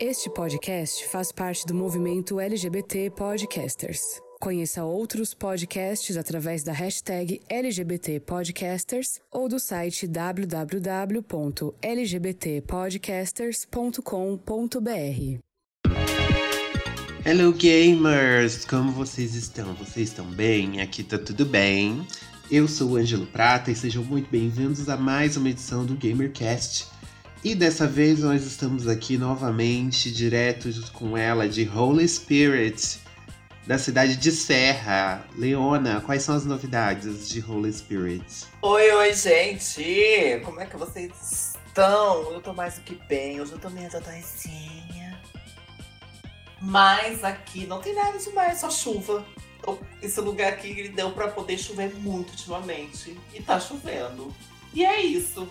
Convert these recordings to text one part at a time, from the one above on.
Este podcast faz parte do movimento LGBT Podcasters. Conheça outros podcasts através da hashtag LGBT Podcasters ou do site www.lgbtpodcasters.com.br. Hello gamers! Como vocês estão? Vocês estão bem? Aqui tá tudo bem. Eu sou o Ângelo Prata e sejam muito bem-vindos a mais uma edição do GamerCast. E dessa vez nós estamos aqui novamente, direto com ela, de Holy Spirit, da cidade de Serra. Leona, quais são as novidades de Holy Spirit? Oi, gente! Como é que vocês estão? Eu tô mais do que bem, hoje eu tô meio doisinha. Mas aqui não tem nada demais, só chuva. Esse lugar aqui deu pra poder chover muito ultimamente. E tá chovendo. E é isso.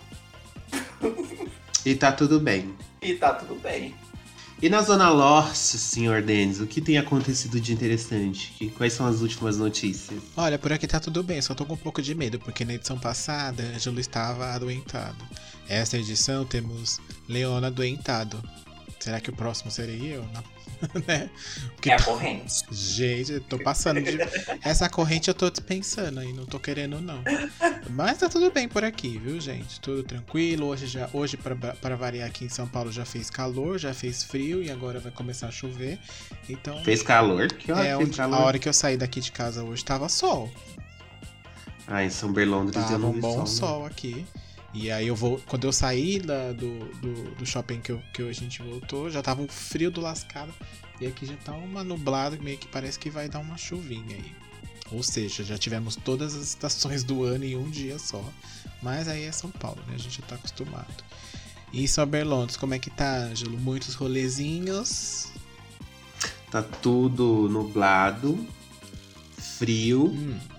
E tá tudo bem. E tá tudo bem. E na Zona Leste, senhor Denis, o que tem acontecido de interessante? Quais são as últimas notícias? Olha, por aqui tá tudo bem, só tô com um pouco de medo, porque na edição passada, Ângelo estava adoentado. Essa edição temos Leona adoentado. Será que o próximo seria eu? Não. Né? Porque é a corrente. Gente, eu tô passando de... Essa corrente eu tô dispensando aí, não tô querendo não. Mas tá tudo bem por aqui, viu, gente? Tudo tranquilo. Hoje para variar aqui em São Paulo já fez calor, já fez frio e agora vai começar a chover. Então... Fez calor? Que hora fez calor? A hora que eu saí daqui de casa hoje tava sol. Ah, em São Berlondres eu não vi um bom sol, sol aqui. E aí quando eu saí do shopping que a gente voltou, já tava um frio do lascado. E aqui já tá uma nublada, meio que parece que vai dar uma chuvinha aí. Ou seja, já tivemos todas as estações do ano em um dia só. Mas aí é São Paulo, né? A gente já tá acostumado. E São Berlondres, como é que tá, Ângelo? Muitos rolezinhos? Tá tudo nublado, frio.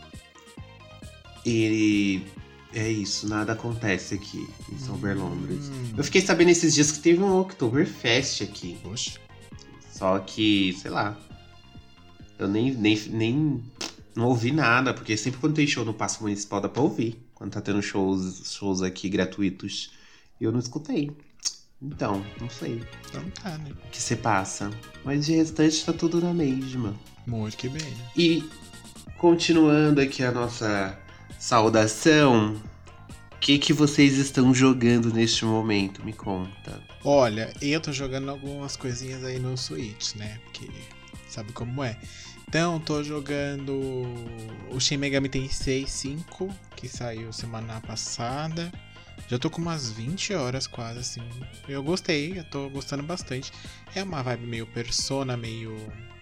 E... é isso, nada acontece aqui em São Berlondres. Eu fiquei sabendo esses dias que teve um Oktoberfest aqui. Poxa. Só que, sei lá, eu nem não ouvi nada, porque sempre quando tem show no Paço Municipal dá pra ouvir. Quando tá tendo shows aqui gratuitos. E eu não escutei. Então, não sei. Então tá, né? O que se passa. Mas de restante tá tudo na mesma. Muito que bem. E continuando aqui a nossa... saudação, o que vocês estão jogando neste momento? Me conta. Olha, eu tô jogando algumas coisinhas aí no Switch, né? Porque sabe como é. Então, tô jogando o Shin Megami Tensei 5, que saiu semana passada. Já tô com umas 20 horas quase, assim. Eu gostei, eu tô gostando bastante. É uma vibe meio Persona, meio...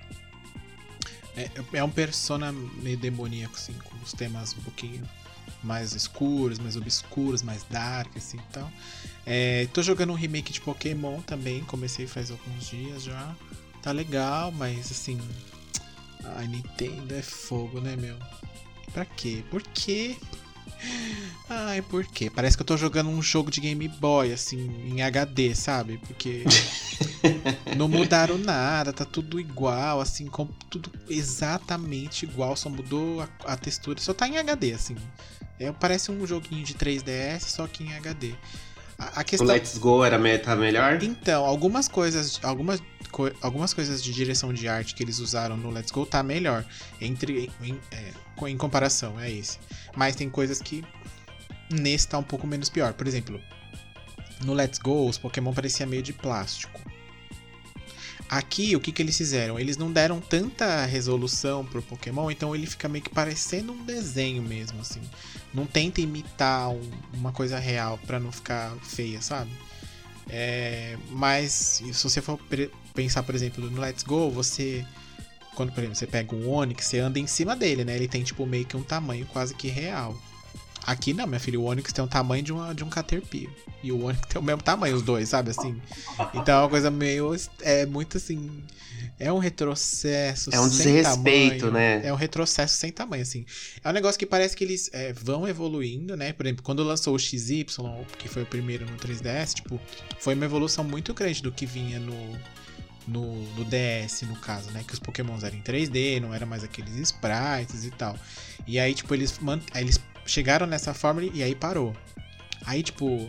É um Persona meio demoníaco, assim, com os temas um pouquinho mais escuros, mais obscuros, mais dark, assim, e tal. Tô jogando um remake de Pokémon também, comecei faz alguns dias já. Tá legal, mas, assim... Ai, Nintendo é fogo, né, meu? Pra quê? Por quê? Ai, por quê? Parece que eu tô jogando um jogo de Game Boy, assim, em HD, sabe? Porque... não mudaram nada, tá tudo igual, assim, tudo exatamente igual, só mudou a textura, só tá em HD, assim. Parece um joguinho de 3DS, só que em HD. A questão... O Let's Go tá melhor? Então, algumas coisas de direção de arte que eles usaram no Let's Go tá melhor, em comparação, é esse. Mas tem coisas que nesse tá um pouco menos pior. Por exemplo, no Let's Go, os Pokémon pareciam meio de plástico. Aqui, o que eles fizeram? Eles não deram tanta resolução pro Pokémon, então ele fica meio que parecendo um desenho mesmo, assim. Não tenta imitar uma coisa real pra não ficar feia, sabe? Mas, se você for pensar, por exemplo, no Let's Go, quando, por exemplo, você pega um Onix, você anda em cima dele, né? Ele tem, tipo, meio que um tamanho quase que real. Aqui não, minha filha, o Onix tem o tamanho de um Caterpie. E o Onix tem o mesmo tamanho, os dois, sabe, assim? Então é uma coisa meio... É muito, assim... É um retrocesso sem tamanho. É um desrespeito, né? É um retrocesso sem tamanho, assim. É um negócio que parece que eles vão evoluindo, né? Por exemplo, quando lançou o XY, que foi o primeiro no 3DS, tipo... Foi uma evolução muito grande do que vinha no DS, no caso, né? Que os Pokémons eram em 3D, não era mais aqueles sprites e tal. E aí, tipo, eles chegaram nessa fórmula e aí parou. Aí, tipo,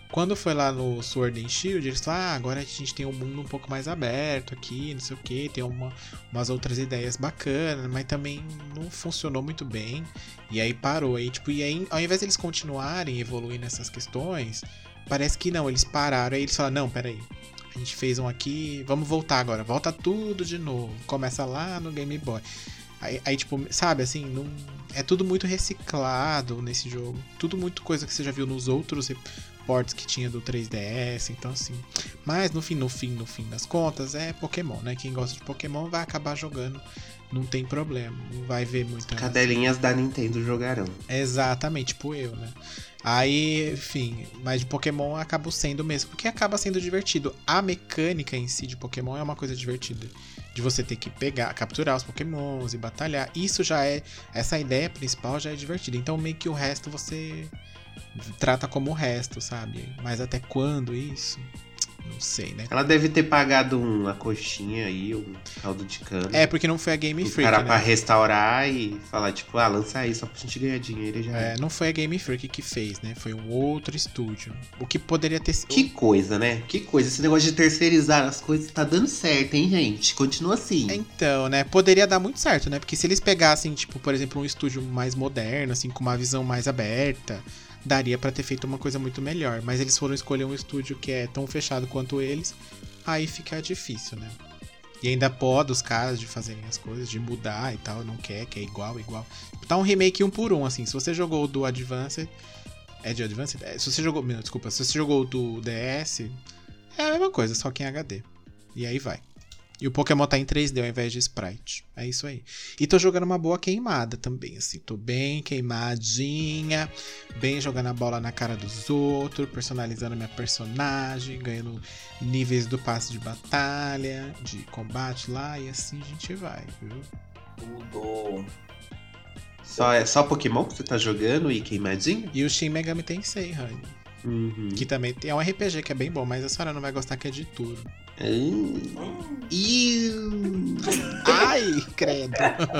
Quando foi lá no Sword and Shield, eles falaram, agora a gente tem um mundo um pouco mais aberto aqui, não sei o que, tem umas outras ideias bacanas, mas também não funcionou muito bem. E aí parou. Aí, tipo, e aí, ao invés de eles continuarem evoluindo nessas questões, parece que não, eles pararam. Aí eles falaram, não, peraí, a gente fez um aqui, vamos voltar agora, volta tudo de novo, começa lá no Game Boy. Aí tipo, sabe, assim, não, é tudo muito reciclado nesse jogo. Tudo muito coisa que você já viu nos outros ports que tinha do 3DS, então assim. Mas no fim das contas, é Pokémon, né? Quem gosta de Pokémon vai acabar jogando, não tem problema, não vai ver muita... Cadelinhas da Nintendo jogarão. Exatamente, tipo eu, né? Aí, enfim, mas de Pokémon acaba sendo mesmo, porque acaba sendo divertido. A mecânica em si de Pokémon é uma coisa divertida. De você ter que pegar, capturar os Pokémons e batalhar. Isso já é... Essa ideia principal já é divertida. Então meio que o resto você trata como o resto, sabe? Mas até quando isso? Não sei, né? Ela deve ter pagado uma coxinha aí, um caldo de cana. É, porque não foi a Game Freak, cara, né? pra restaurar e falar, tipo, lança aí só pra gente ganhar dinheiro e já. Não foi a Game Freak que fez, né? Foi um outro estúdio. O que poderia ter sido... Que coisa, né? Que coisa. Esse negócio de terceirizar as coisas tá dando certo, hein, gente? Continua assim. Então, né? Poderia dar muito certo, né? Porque se eles pegassem, tipo, por exemplo, um estúdio mais moderno, assim, com uma visão mais aberta, daria pra ter feito uma coisa muito melhor. Mas eles foram escolher um estúdio que é tão fechado quanto eles, aí fica difícil, né? E ainda pode os caras de fazerem as coisas, de mudar e tal, não quer, que é igual. Tá um remake 1 por 1, assim. Se você jogou o do Advanced... É de Advanced? Se você jogou... Não, desculpa. Se você jogou o do DS, é a mesma coisa, só que em HD. E aí vai. E o Pokémon tá em 3D ao invés de Sprite. É isso aí. E tô jogando uma boa queimada também, assim. Tô bem queimadinha. Bem jogando a bola na cara dos outros. Personalizando minha personagem. Ganhando níveis do passe de batalha. De combate lá. E assim a gente vai, viu? Tudo. Só Pokémon que você tá jogando e queimadinho? E o Shin Megami Tensei, Rani. Uhum. Que também é um RPG que é bem bom. Mas a senhora não vai gostar que é de turno. Ai, credo.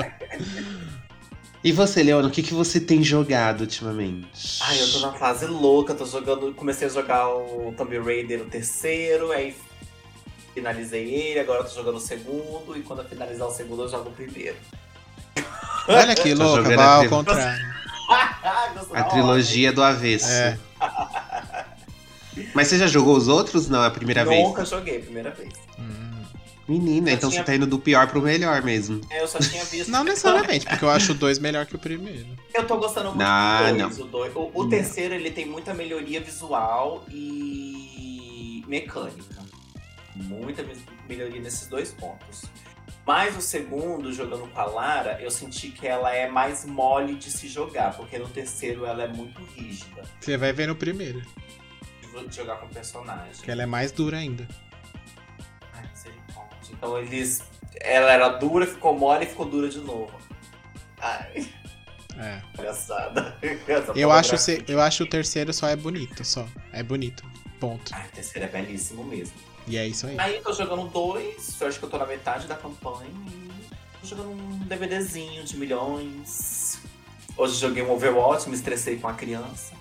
E você, Leona, o que você tem jogado ultimamente? Ai, eu tô na fase louca, comecei a jogar o Tomb Raider, o terceiro, aí finalizei ele, agora eu tô jogando o segundo, e quando eu finalizar o segundo eu jogo o primeiro. Olha que louca, vai ao contrário. A trilogia do avesso. É. Mas você já jogou os outros? Não, é a primeira vez? Nunca joguei, primeira vez. Menina, então você tá indo do pior pro melhor mesmo. Eu só tinha visto. Não necessariamente, porque eu acho o 2 melhor que o primeiro. Eu tô gostando muito do 2. O terceiro, ele tem muita melhoria visual e mecânica. Muita melhoria nesses 2 pontos. Mas o segundo, jogando com a Lara, eu senti que ela é mais mole de se jogar, porque no terceiro ela é muito rígida. Você vai ver no primeiro. De jogar com o personagem. Que ela é mais dura ainda. Ai, misericórdia. Então ela era dura, ficou mole e ficou dura de novo. Ai. É. Engraçada. Eu acho o terceiro só é bonito, só. É bonito. Ponto. Ai, o terceiro é belíssimo mesmo. E é isso aí. Aí eu tô jogando 2, eu acho que eu tô na metade da campanha e tô jogando um DVDzinho de milhões. Hoje joguei um Overwatch, me estressei com a criança.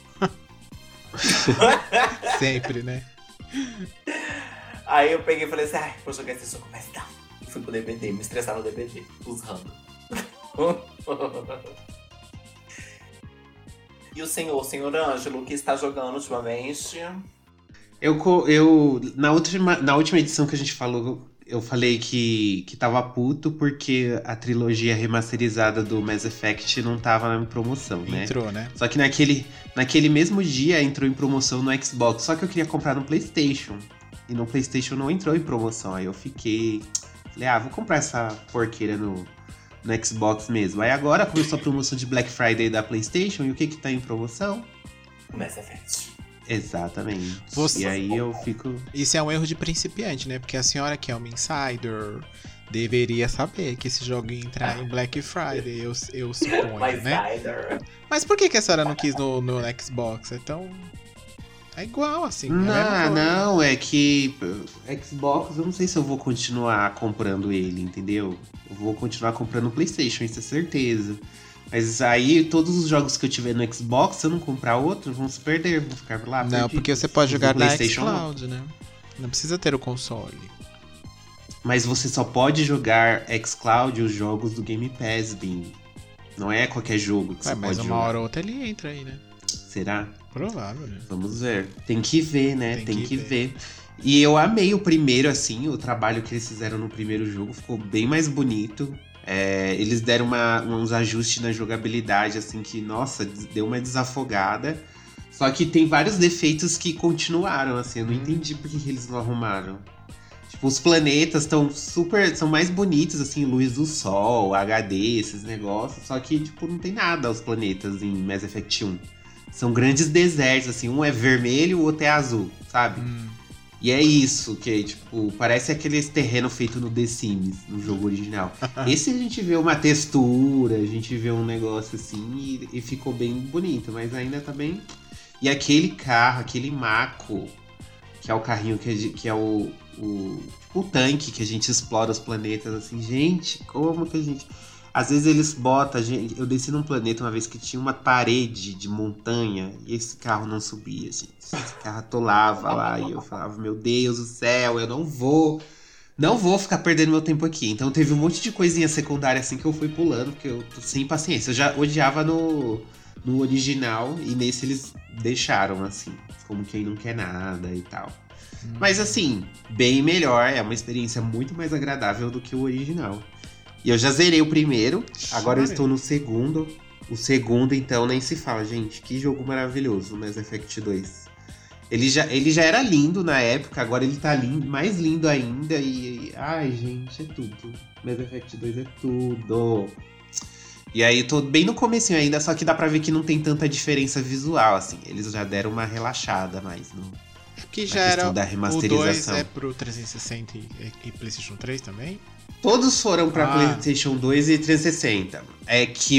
Sempre, né? Aí eu peguei e falei assim, vou jogar esse jogo mais não. E fui pro DVD, me estressar no DVD, usando. E o senhor Ângelo, o que está jogando ultimamente? Na última edição que a gente falou, eu falei que tava puto porque a trilogia remasterizada do Mass Effect não tava em promoção, né? Entrou, né? Só que naquele mesmo dia entrou em promoção no Xbox, só que eu queria comprar no PlayStation. E no PlayStation não entrou em promoção, aí eu falei, vou comprar essa porqueira no Xbox mesmo. Aí agora começou a promoção de Black Friday da PlayStation, e o que tá em promoção? O Mass Effect. Exatamente. E aí eu fico... Isso é um erro de principiante, né? Porque a senhora que é uma insider deveria saber que esse jogo ia entrar em Black Friday, eu suponho, né? Mas por que a senhora não quis no Xbox? É igual, assim. Não, é que Xbox, eu não sei se eu vou continuar comprando ele, entendeu? Eu vou continuar comprando o PlayStation, isso é certeza. Mas aí todos os jogos que eu tiver no Xbox, se eu não comprar outro, vão se perder, vão ficar lá. Não, perdidos. porque você pode jogar na PlayStation, xCloud, né? Não precisa ter o console. Mas você só pode jogar xCloud os jogos do Game Pass, Bim. Não é qualquer jogo que você Mas pode uma jogar. hora ou outra ele entra aí, né? Será? Provável, né? Vamos ver. Tem que ver, né? Tem Tem que que ver. E eu amei o primeiro, assim, o trabalho que eles fizeram no primeiro jogo. Ficou bem mais bonito. Eles deram uns ajustes na jogabilidade, assim, que, nossa, deu uma desafogada. Só que tem vários defeitos que continuaram, assim. Eu não entendi por que eles não arrumaram. Tipo, os planetas são mais bonitos, assim, luz do sol, HD, esses negócios. Só que, tipo, não tem nada os planetas em Mass Effect 1. São grandes desertos, assim. Um é vermelho, o outro é azul, sabe? E é isso, que, tipo, parece aqueles terreno feito no The Sims, no jogo original. Esse a gente vê uma textura, a gente vê um negócio assim e ficou bem bonito, mas ainda tá bem... E aquele carro, aquele Mako, que é o carrinho que é o tanque que a gente explora os planetas, assim, gente, como que a gente... Às vezes eles botam, eu desci num planeta uma vez que tinha uma parede de montanha e esse carro não subia, gente. Esse carro atolava lá e eu falava, meu Deus do céu, eu não vou ficar perdendo meu tempo aqui. Então teve um monte de coisinha secundária assim que eu fui pulando, porque eu tô sem paciência. Eu já odiava no original e nesse eles deixaram, assim, como quem não quer nada e tal. Mas assim, bem melhor, é uma experiência muito mais agradável do que o original. E eu já zerei o primeiro, agora eu estou no segundo. O segundo, então, nem se fala, gente. Que jogo maravilhoso, o Mass Effect 2. Ele já era lindo na época, agora ele tá mais lindo ainda. Ai, gente, é tudo. Mass Effect 2 é tudo. E aí, tô bem no comecinho ainda, só que dá pra ver que não tem tanta diferença visual, assim. Eles já deram uma relaxada mais que já era da remasterização. O 2 é pro 360 e PlayStation 3 também? Todos foram pra PlayStation 2 e 360. É que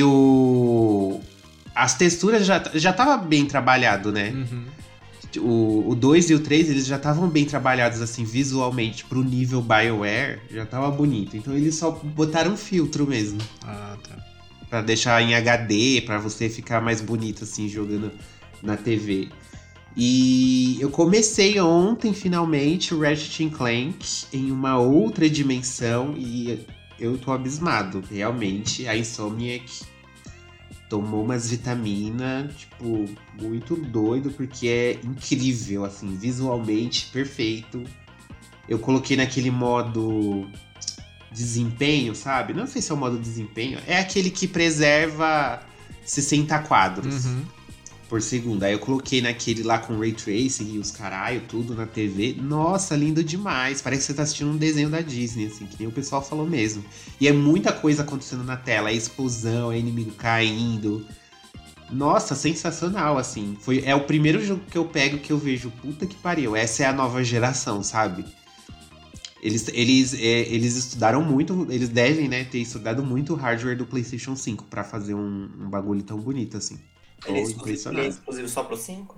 as texturas já tava bem trabalhado, né? O 2 e o 3, eles já estavam bem trabalhados, assim, visualmente, pro nível BioWare, já tava bonito. Então eles só botaram filtro mesmo. Ah, tá. Pra deixar em HD, pra você ficar mais bonito, assim, jogando na TV. E eu comecei ontem, finalmente, o Ratchet & Clank em uma outra dimensão e eu tô abismado. Realmente, a Insomniac tomou umas vitaminas, tipo, muito doido, porque é incrível, assim, visualmente perfeito. Eu coloquei naquele modo desempenho, sabe? Não sei se é o modo desempenho. É aquele que preserva 60 quadros. Por segundo. Aí eu coloquei naquele lá com Ray Tracing e os caralho, tudo na TV. Nossa, lindo demais. Parece que você tá assistindo um desenho da Disney, assim, que nem o pessoal falou mesmo. E é muita coisa acontecendo na tela. É explosão, é inimigo caindo. Nossa, sensacional, assim. É o primeiro jogo que eu pego que eu vejo, puta que pariu. Essa é a nova geração, sabe? Eles estudaram muito, eles devem, né, ter estudado muito o hardware do PlayStation 5 pra fazer um bagulho tão bonito, assim. Ele é exclusivo só pro 5?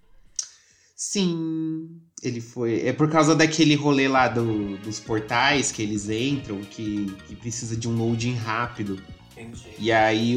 Sim, ele foi. É por causa daquele rolê lá dos portais que eles entram, que precisa de um loading rápido. Entendi. E aí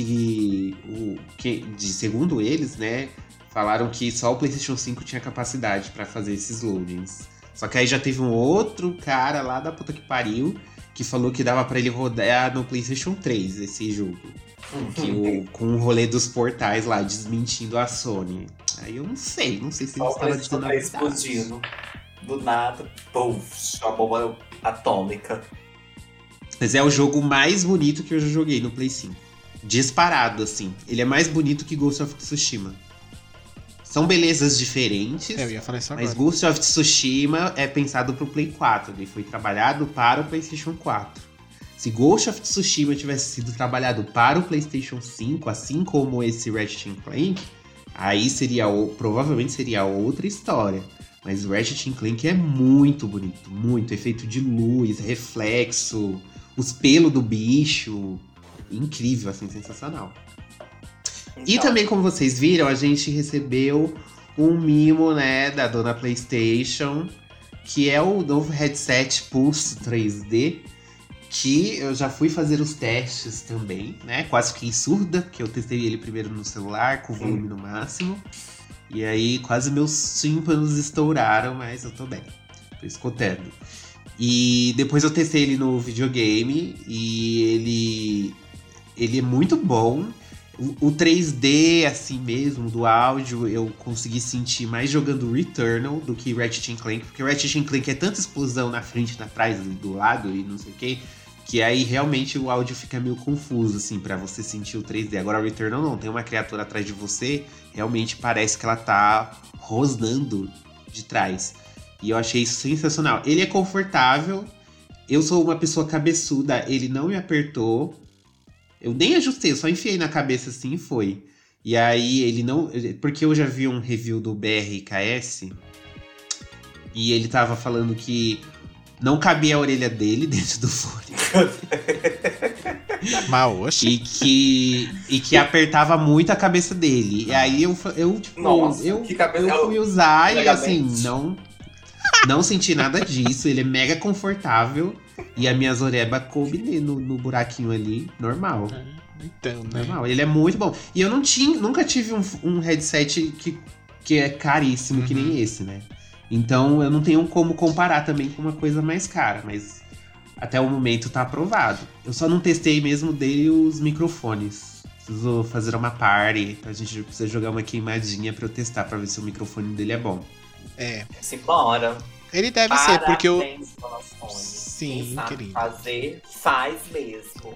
segundo eles, né, falaram que só o PlayStation 5 tinha capacidade pra fazer esses loadings. Só que aí já teve um outro cara lá da puta que pariu que falou que dava pra ele rodar no PlayStation 3 esse jogo. Com o rolê dos portais lá, desmentindo a Sony. Aí eu não sei se eles estavam dizendo a verdade. Explodindo. Do nada, a bomba atômica. Mas é o jogo mais bonito que eu já joguei no Play 5. Disparado, assim. Ele é mais bonito que Ghost of Tsushima. São belezas diferentes, eu ia falar isso agora. Mas Ghost of Tsushima é pensado pro Play 4. Ele foi trabalhado para o PlayStation 4. Se Ghost of Tsushima tivesse sido trabalhado para o PlayStation 5, assim como esse Ratchet & Clank, aí provavelmente seria outra história. Mas o Ratchet & Clank é muito bonito, muito. Efeito de luz, reflexo, os pelos do bicho. Incrível, assim, sensacional. Então. E também, como vocês viram, a gente recebeu um mimo, né, da dona PlayStation, que é o novo headset Pulse 3D, que eu já fui fazer os testes também, né? Quase fiquei surda, porque eu testei ele primeiro no celular, com o volume no máximo. E aí quase meus tímpanos estouraram, mas eu tô bem. Tô escutando. E depois eu testei ele no videogame e ele é muito bom. O 3D, assim mesmo, do áudio, eu consegui sentir mais jogando Returnal do que Ratchet & Clank. Porque Ratchet & Clank é tanta explosão na frente, na trás, do lado e não sei o quê, que aí realmente o áudio fica meio confuso, assim, pra você sentir o 3D. Agora o Returnal não, tem uma criatura atrás de você, realmente parece que ela tá rosnando de trás. E eu achei isso sensacional. Ele é confortável, eu sou uma pessoa cabeçuda, ele não me apertou. Eu nem ajustei, eu só enfiei na cabeça assim e foi. E aí ele não... Porque eu já vi um review do BRKS e ele tava falando que não cabia a orelha dele dentro do fone. Maoshi. E que apertava muito a cabeça dele. E aí eu fui usar e assim, não senti nada disso. Ele é mega confortável. E as minhas orebas coube no buraquinho ali, normal. Então, né? Normal. Ele é muito bom. E eu nunca tive um headset que é caríssimo, que nem esse, né? Então eu não tenho como comparar também com uma coisa mais cara. Mas até o momento tá aprovado. Eu só não testei mesmo dele os microfones. Preciso fazer uma party. A gente precisa jogar uma queimadinha pra eu testar, pra ver se o microfone dele é bom. É. Simbora. Ele deve ser, porque eu... Sim, querido. Fazer, faz mesmo.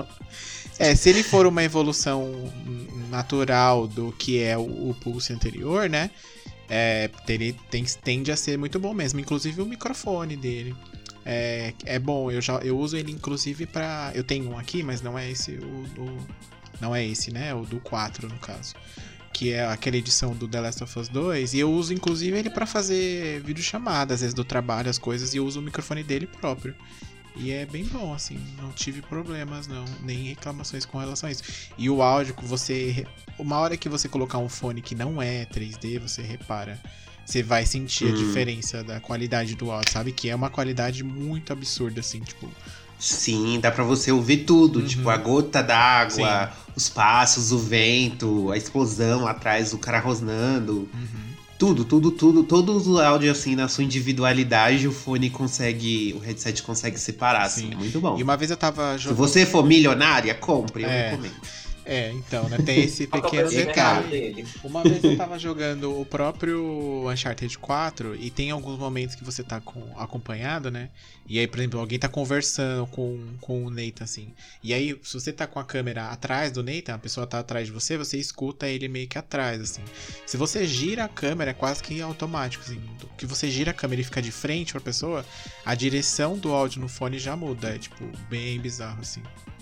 Se ele for uma evolução natural do que é o Pulse anterior, né? Ele tende a ser muito bom mesmo. Inclusive o microfone dele. É bom, eu uso ele inclusive pra... Eu tenho um aqui, mas não é esse não é esse, né? É o do 4, no caso. Que é aquela edição do The Last of Us 2. E eu uso inclusive ele pra fazer videochamada, às vezes do trabalho, as coisas. E eu uso o microfone dele próprio. E é bem bom, assim, não tive problemas, não, nem reclamações com relação a isso. E o áudio, uma hora que você colocar um fone que não é 3D, você repara, você vai sentir a diferença da qualidade do áudio, sabe? Que é uma qualidade muito absurda, assim, tipo... Sim, dá pra você ouvir tudo, tipo, a gota d'água, os passos, o vento, a explosão atrás, o cara rosnando. Tudo, todo o áudio, assim, na sua individualidade, o headset consegue separar, assim, é muito bom. E uma vez eu tava jogando... Se você for milionária, compre, eu recomendo. Então, né, tem esse pequeno detalhe. Uma vez eu tava jogando o próprio Uncharted 4 e tem alguns momentos que você tá acompanhado, né? E aí, por exemplo, alguém tá conversando com o Nathan, assim. E aí, se você tá com a câmera atrás do Nathan, a pessoa tá atrás de você escuta ele meio que atrás, assim. Se você gira a câmera, é quase que automático, assim. Que você gira a câmera e fica de frente pra pessoa, a direção do áudio no fone já muda. É, tipo, bem bizarro, assim.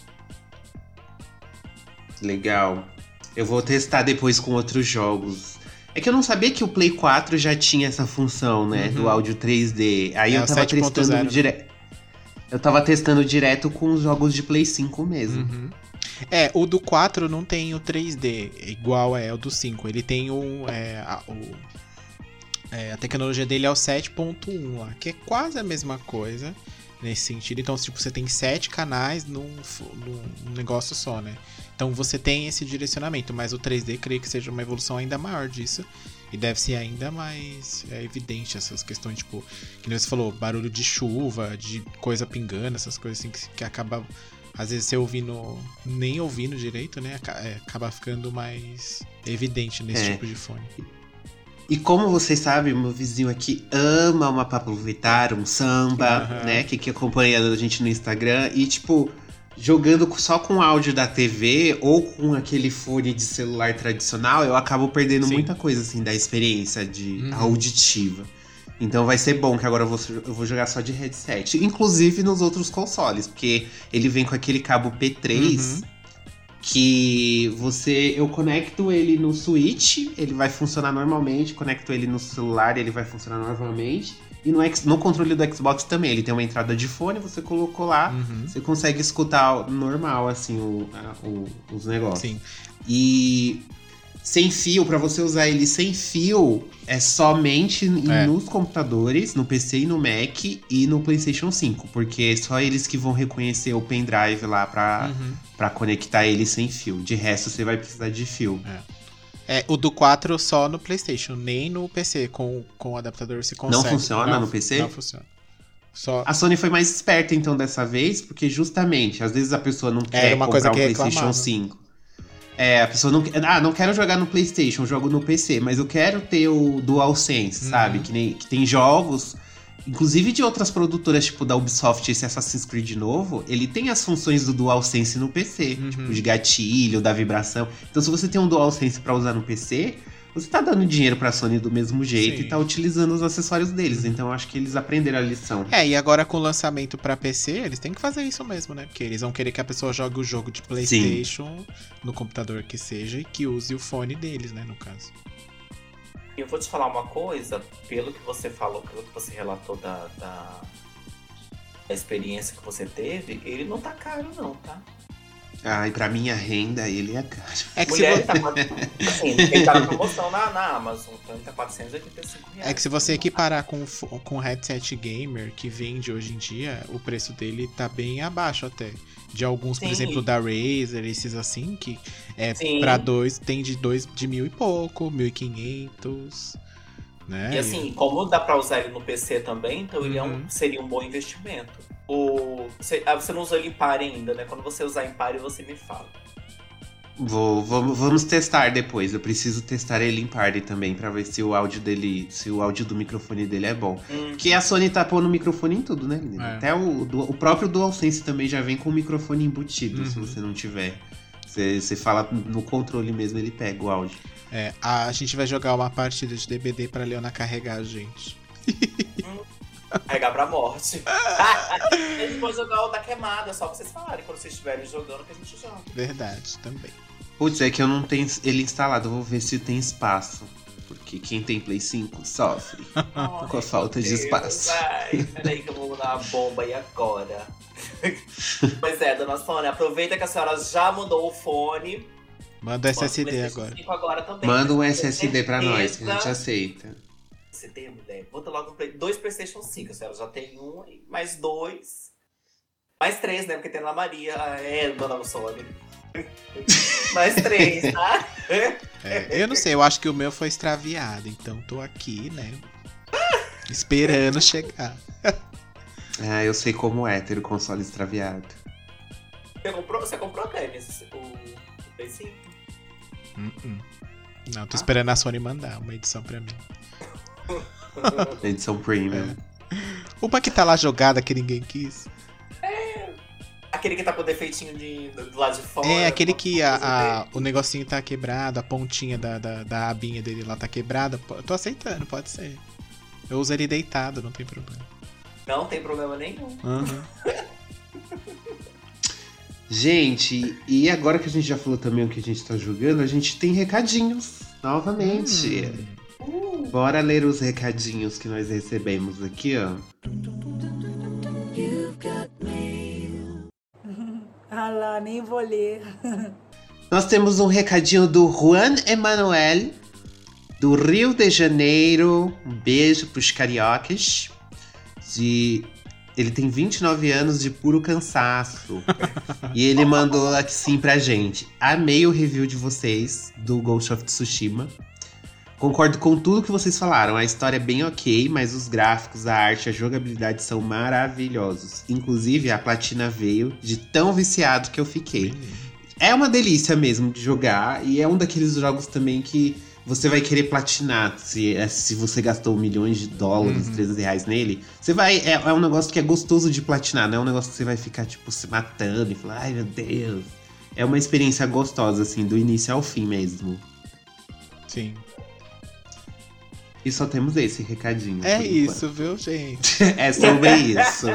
Legal. Eu vou testar depois com outros jogos. É que eu não sabia que o Play 4 já tinha essa função, né? Do áudio 3D. Aí eu tava testando direto. Eu tava testando direto com os jogos de Play 5 mesmo. O do 4 não tem o 3D, igual o do 5. Ele tem a tecnologia dele é o 7.1 lá, que é quase a mesma coisa nesse sentido. Então, tipo, você tem 7 canais num negócio só, né? Então você tem esse direcionamento, mas o 3D creio que seja uma evolução ainda maior disso. E deve ser ainda mais evidente essas questões, tipo, que nem você falou, barulho de chuva, de coisa pingando, essas coisas assim que acaba, às vezes você nem ouvindo direito, né? Acaba ficando mais evidente nesse tipo de fone. E como vocês sabem, meu vizinho aqui ama uma Pablo Vittar, um samba, né? Que acompanha a gente no Instagram. E, tipo, jogando só com áudio da TV ou com aquele fone de celular tradicional, eu acabo perdendo muita coisa, assim, da experiência auditiva. Então vai ser bom que agora eu vou jogar só de headset. Inclusive nos outros consoles, porque ele vem com aquele cabo P3... que eu conecto ele no Switch, ele vai funcionar normalmente, conecto ele no celular, ele vai funcionar normalmente, e no controle do Xbox também, ele tem uma entrada de fone, você colocou lá, você consegue escutar normal, assim, os negócios. Sim. E sem fio, pra você usar ele sem fio, é somente nos computadores, no PC e no Mac e no PlayStation 5. Porque é só eles que vão reconhecer o pendrive lá pra conectar ele sem fio. De resto, você vai precisar de fio. O do 4 só no PlayStation, nem no PC com o adaptador se consegue. Não funciona no PC? Não funciona. Só... A Sony foi mais esperta, então, dessa vez, porque justamente, às vezes a pessoa não quer comprar um PlayStation 5. A pessoa não quero jogar no PlayStation, eu jogo no PC, mas eu quero ter o DualSense, sabe? Que tem jogos, inclusive de outras produtoras, tipo da Ubisoft, esse Assassin's Creed novo, ele tem as funções do DualSense no PC, tipo de gatilho, da vibração. Então se você tem um DualSense pra usar no PC, você tá dando dinheiro pra Sony do mesmo jeito. Sim. E tá utilizando os acessórios deles. Então eu acho que eles aprenderam a lição. E agora com o lançamento pra PC, eles têm que fazer isso mesmo, né? Porque eles vão querer que a pessoa jogue o jogo de PlayStation no computador que seja e que use o fone deles, né, no caso. Eu vou te falar uma coisa, pelo que você falou, pelo que você relatou da experiência que você teve, ele não tá caro não, tá? E pra minha renda, ele é caro. Mulher, tá ele tá na promoção na Amazon, então ele tá R$485. É que se você equiparar com o headset gamer que vende hoje em dia, o preço dele tá bem abaixo até. De alguns, por exemplo, da Razer, esses assim, que pra dois, tem de 1.000 e pouco, 1.500, né? E assim, como dá pra usar ele no PC também, então ele seria um bom investimento. Você não usou ele em par ainda, né? Quando você usar em par, você me fala. Vamos testar depois. Eu preciso testar ele em par também pra ver se o áudio dele, se o áudio do microfone dele é bom. Porque a Sony tá pondo microfone em tudo, né, menina? Até o próprio DualSense também já vem com o microfone embutido, se você não tiver. Você fala no controle mesmo, ele pega o áudio. A gente vai jogar uma partida de DBD pra Leona carregar a gente. Carregar pra morte. A gente pode jogar o da queimada, só pra vocês falarem quando vocês estiverem jogando que a gente joga. Verdade, também. Putz, é que eu não tenho ele instalado, eu vou ver se tem espaço. Porque quem tem Play 5 sofre com a falta de espaço. Peraí que eu vou dar uma bomba aí agora. Pois dona Sônia, aproveita que a senhora já mudou o fone. Manda o SSD agora também. Manda um SSD pra nós, que a gente aceita. SSD, mulher. Bota logo dois PlayStation 5. A senhora já tem um, mais 2. Mais 3, né? Porque tem a Ana Maria. Dona Sônia. Mais 3, tá? Eu não sei, eu acho que o meu foi extraviado. Então tô aqui, né? Esperando chegar. Eu sei como é ter o console extraviado. Você comprou, Kevin, o Play 5? Não, tô esperando a Sony mandar uma edição pra mim. Edição premium. Uma que tá lá jogada que ninguém quis. Aquele que tá com o defeitinho do lado de fora. Aquele que o negocinho tá quebrado, a pontinha da abinha dele lá tá quebrada. Tô aceitando, pode ser. Eu uso ele deitado, não tem problema. Não tem problema nenhum. Gente, e agora que a gente já falou também o que a gente tá jogando, a gente tem recadinhos, novamente. Bora ler os recadinhos que nós recebemos aqui, ó. Lá, nem vou ler. Nós temos um recadinho do Juan Emanuel, do Rio de Janeiro. Um beijo pros cariocas. Ele tem 29 anos de puro cansaço. E ele mandou assim pra gente. Amei o review de vocês do Ghost of Tsushima. Concordo com tudo que vocês falaram. A história é bem ok, mas os gráficos, a arte e a jogabilidade são maravilhosos. Inclusive, a platina veio de tão viciado que eu fiquei. É uma delícia mesmo de jogar. E é um daqueles jogos também que você vai querer platinar. Se você gastou milhões de dólares, R$300 nele, você vai. É um negócio que é gostoso de platinar. Não é um negócio que você vai ficar, tipo, se matando e falar, ai meu Deus. É uma experiência gostosa, assim, do início ao fim mesmo. Sim. E só temos esse recadinho. É isso, viu, gente? É sobre isso.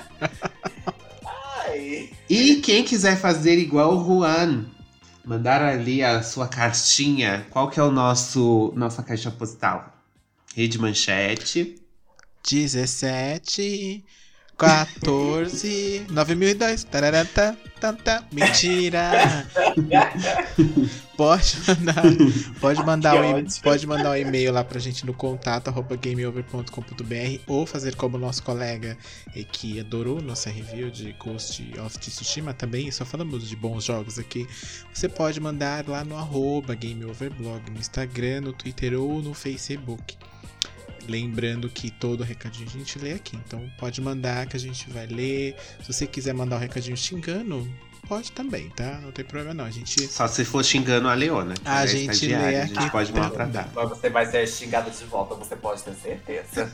E quem quiser fazer igual o Juan, mandar ali a sua cartinha, qual que é nossa caixa postal? Rede Manchete 17 14 9002. Tararata, tanta. Mentira! Pode mandar um e-mail lá pra gente no contato@gameover.com.br ou fazer como o nosso colega que adorou nossa review de Ghost of Tsushima também. Só falamos de bons jogos aqui. Você pode mandar lá no @GameOverblog, no Instagram, no Twitter ou no Facebook. Lembrando que todo recadinho a gente lê aqui, então pode mandar que a gente vai ler. Se você quiser mandar um recadinho xingando, pode também, tá? Não tem problema não. A gente... Só se for xingando a Leona. A gente lê aqui. A gente pode maltratar. Mas você vai ser xingado de volta, você pode ter certeza.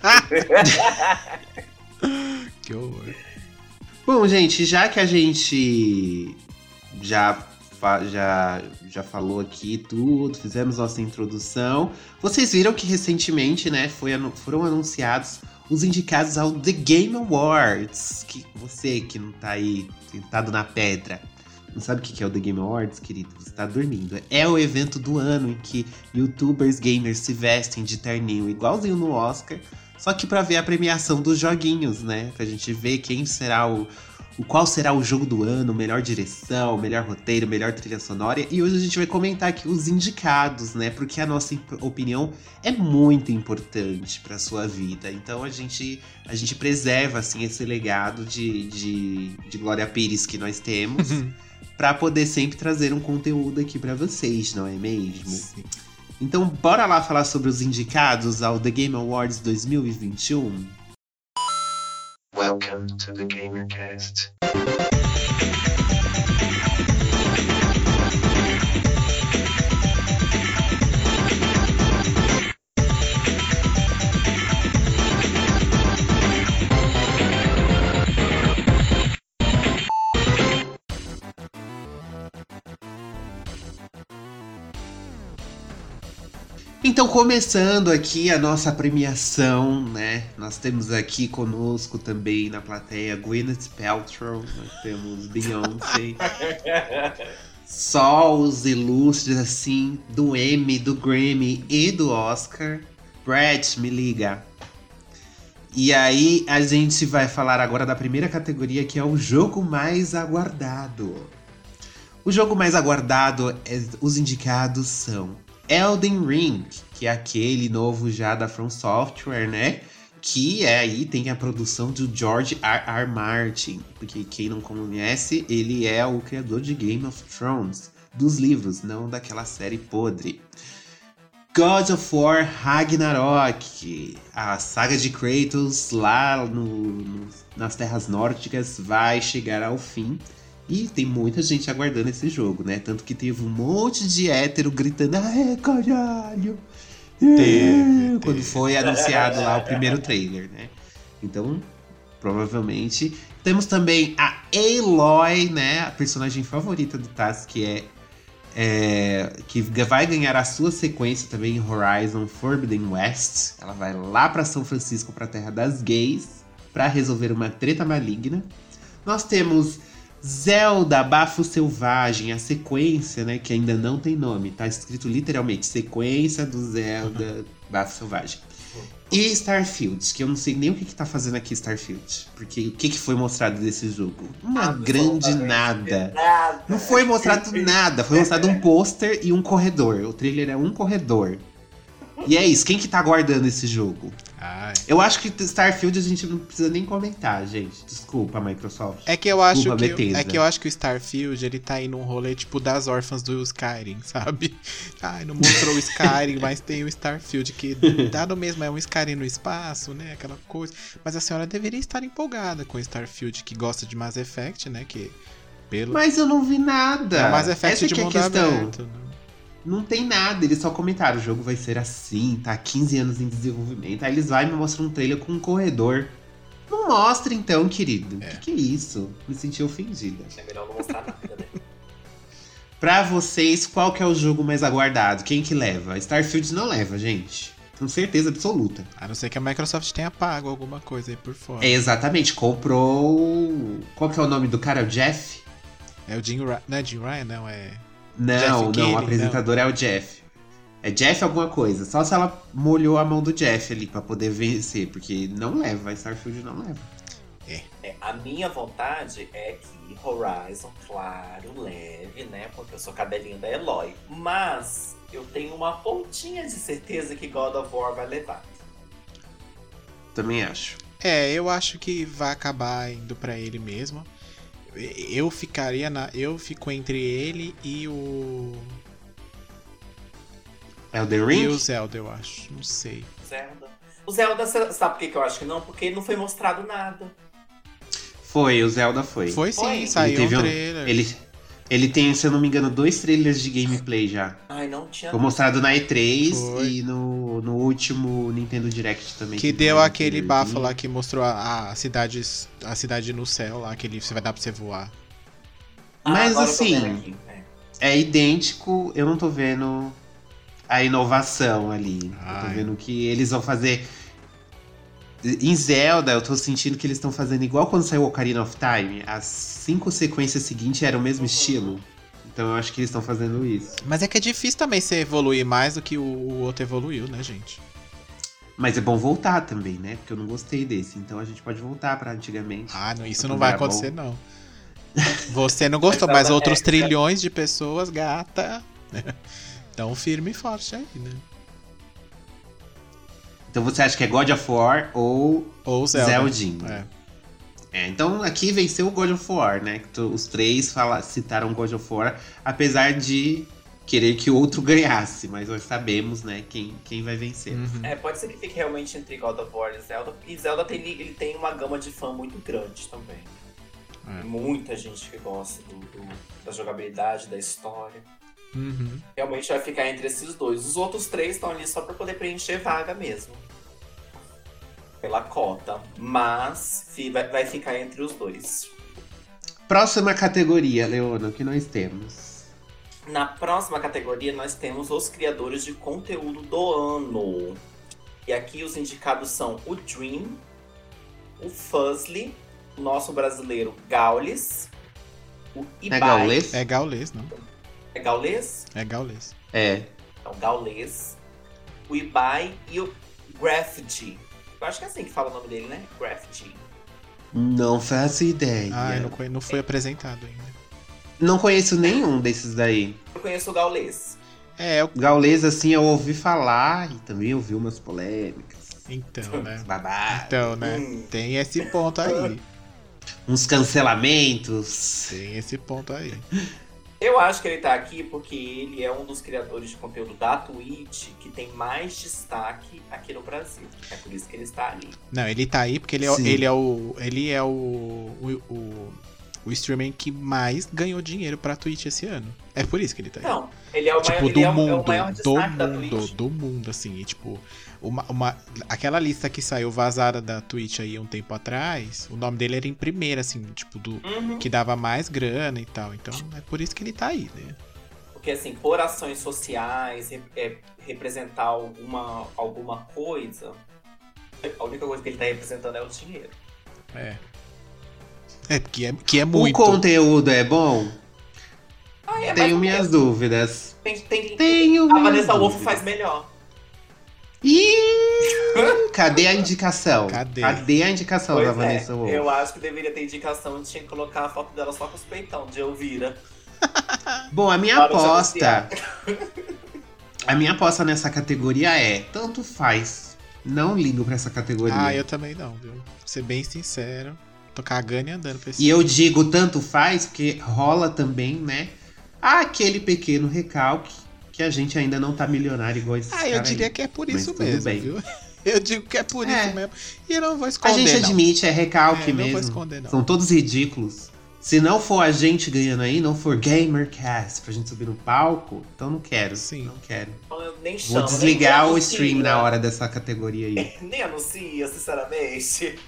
Que horror. Bom, gente, já que a gente já falou aqui tudo, fizemos nossa introdução. Vocês viram que recentemente, né, foram anunciados os indicados ao The Game Awards. Que você que não tá aí sentado na pedra, não sabe o que é o The Game Awards, querido? Você tá dormindo. É o evento do ano em que youtubers gamers se vestem de terninho igualzinho no Oscar, só que pra ver a premiação dos joguinhos, né? Pra gente ver quem será qual será o jogo do ano, melhor direção, melhor roteiro, melhor trilha sonora. E hoje a gente vai comentar aqui os indicados, né? Porque a nossa opinião é muito importante para sua vida. Então a gente preserva assim esse legado de Glória Pires que nós temos para poder sempre trazer um conteúdo aqui para vocês, não é mesmo? Sim. Então bora lá falar sobre os indicados ao The Game Awards 2021. Welcome to the GamerCast. Então, começando aqui a nossa premiação, né? Nós temos aqui conosco também na plateia Gwyneth Paltrow, nós temos Beyoncé. Só os ilustres, assim, do Emmy, do Grammy e do Oscar. Brad, me liga. E aí, a gente vai falar agora da primeira categoria, que é o jogo mais aguardado. O jogo mais aguardado, os indicados são Elden Ring, que é aquele novo já da From Software, né? Que aí tem a produção do George R.R. Martin. Porque quem não conhece, ele é o criador de Game of Thrones. Dos livros, não daquela série podre. God of War Ragnarok. A saga de Kratos lá nas Terras Nórdicas vai chegar ao fim. E tem muita gente aguardando esse jogo, né? Tanto que teve um monte de hétero gritando caralho! Quando foi anunciado lá o primeiro trailer, né? Então, provavelmente... Temos também a Aloy, né? A personagem favorita do Taz, que que vai ganhar a sua sequência também em Horizon Forbidden West. Ela vai lá pra São Francisco, pra terra das gays, pra resolver uma treta maligna. Nós temos Zelda Bafo Selvagem, a sequência, né, que ainda não tem nome, tá escrito literalmente sequência do Zelda Bafo Selvagem. E Starfield, que eu não sei nem o que tá fazendo aqui Starfield, porque o que foi mostrado desse jogo? Uma grande nada. Não foi mostrado nada, foi mostrado um pôster e um corredor. O trailer é um corredor. E é isso, quem que tá aguardando esse jogo? Ai. Eu acho que Starfield a gente não precisa nem comentar, gente. Desculpa, Microsoft. É que eu acho que o Starfield, ele tá aí num rolê tipo das órfãs do Skyrim, sabe? Ai, não mostrou o Skyrim, mas tem o Starfield, que dá no mesmo, é um Skyrim no espaço, né? Aquela coisa. Mas a senhora deveria estar empolgada com o Starfield, que gosta de Mass Effect, né? Mas eu não vi nada. É o Mass Effect Essa de que é a mundo questão. aberto, né? Não tem nada, eles só comentaram, o jogo vai ser assim, tá há 15 anos em desenvolvimento. Aí eles vão e me mostram um trailer com um corredor. Não mostra então, querido. Que é isso? Me senti ofendida. É melhor não mostrar nada, né? Pra vocês, qual que é o jogo mais aguardado? Quem que leva? Starfield não leva, gente. Com certeza absoluta. A não ser que a Microsoft tenha pago alguma coisa aí por fora. É, exatamente, comprou... Qual que é o nome do cara? O Jeff? É o Jim Ryan. Não é Jim Ryan, não, é... Não, o apresentador é o Jeff. É Jeff alguma coisa. Só se ela molhou a mão do Jeff ali pra poder vencer. Porque não leva, Starfield não leva. A minha vontade é que Horizon, claro, leve, né? Porque eu sou cadelinho da Eloy. Mas eu tenho uma pontinha de certeza que God of War vai levar. Também acho. Eu acho que vai acabar indo pra ele mesmo. Eu fico entre ele e o... Elden Ring? E o Zelda, eu acho. Não sei. Zelda. O Zelda, sabe por que eu acho que não? Porque não foi mostrado nada. Foi, o Zelda foi. Foi sim, Foi. saiu Ele teve um trailer. Ele tem, se eu não me engano, 2 trailers de gameplay já. Ai, não tinha. Foi mostrado na E3 Foi. e no último Nintendo Direct também. Que teve deu um aquele trailerzinho. bafo lá que mostrou a cidade no céu lá, que vai dar pra você voar. Mas agora eu tô vendo assim, aqui. é idêntico, eu não tô vendo a inovação ali. Eu tô Ai. vendo que eles vão fazer... Em Zelda, eu tô sentindo que eles estão fazendo igual quando saiu Ocarina of Time. As 5 sequências seguintes eram o mesmo estilo. Então eu acho que eles estão fazendo isso. Mas é que é difícil também você evoluir mais do que o outro evoluiu, né, gente? Mas é bom voltar também, né? Porque eu não gostei desse. Então a gente pode voltar pra antigamente. Ah, não, isso Pra não quando vai era bom. acontecer, não. Você não gostou, mas outros trilhões de pessoas, gata. Tão firme e forte aí, né? Então você acha que é God of War ou Ou Zelda. Zeldinha? Então aqui venceu o God of War, né? Os três citaram God of War, apesar de querer que o outro ganhasse. Mas nós sabemos, né, quem vai vencer. Uhum. Pode ser que fique realmente entre God of War e Zelda. E Zelda ele tem uma gama de fã muito grande também. Muita gente que gosta da jogabilidade, da história. Uhum. Realmente vai ficar entre esses dois. Os outros 3 estão ali só pra poder preencher vaga mesmo. Pela cota. Mas vai ficar entre os dois. Próxima categoria, Leona, o que nós temos? Na próxima categoria nós temos os criadores de conteúdo do ano. E aqui os indicados são o Dream, o Fuzzly, o nosso brasileiro Gaules, o Ibai. É Gaules? É gaulês, não? É Gaules? É gaulês. É. Então, Gaules, o Ibai e o Graffiti. Eu acho que é assim que fala o nome dele, né? Graffiti. Não faço ideia. Não foi apresentado ainda. Não conheço nenhum desses daí. Eu conheço o Gaules. Gaules, assim, eu ouvi falar e também ouvi umas polêmicas. Então, né? Babado. Então, né? Tem esse ponto aí. Uns cancelamentos. Tem esse ponto aí. Eu acho que ele tá aqui porque ele é um dos criadores de conteúdo da Twitch que tem mais destaque aqui no Brasil. É por isso que ele está ali. Não, ele tá aí porque ele é o streamer que mais ganhou dinheiro pra Twitch esse ano. É por isso que ele tá aí. Não, ele é o Tipo, maior, do ele mundo, é o maior destaque da Twitch. do mundo, assim. E, tipo, aquela lista que saiu vazada da Twitch aí um tempo atrás, o nome dele era em primeira, assim, tipo, que dava mais grana e tal. Então, é por isso que ele tá aí, né? Porque, assim, por ações sociais, representar alguma coisa, a única coisa que ele tá representando é o dinheiro. Que é muito. O conteúdo é bom? Tenho mais minhas dúvidas. A Vanessa Wolff faz melhor. Ih, cadê a indicação? Cadê a indicação da Vanessa Wolff? Eu acho que deveria ter indicação, tinha que colocar a foto dela só com os peitão de Elvira. Bom, a minha aposta nessa categoria é tanto faz. Não ligo pra essa categoria. Eu também não, viu? Pra ser bem sincero, tô cagando e andando pra esse. E eu digo tanto faz porque rola também, né? Aquele pequeno recalque que a gente ainda não tá milionário igual esses caras. Eu diria que é por isso tudo mesmo, bem. viu? Eu digo que é por isso mesmo. E eu não vou esconder, A gente admite, é recalque não mesmo. vou esconder, não. São todos ridículos. Se não for a gente ganhando aí, não for GamerCast pra gente subir no palco, então não quero. Sim. Não quero. Eu nem chamo, Vou desligar nem o anuncia. stream na hora dessa categoria aí. Nem anuncia, sinceramente.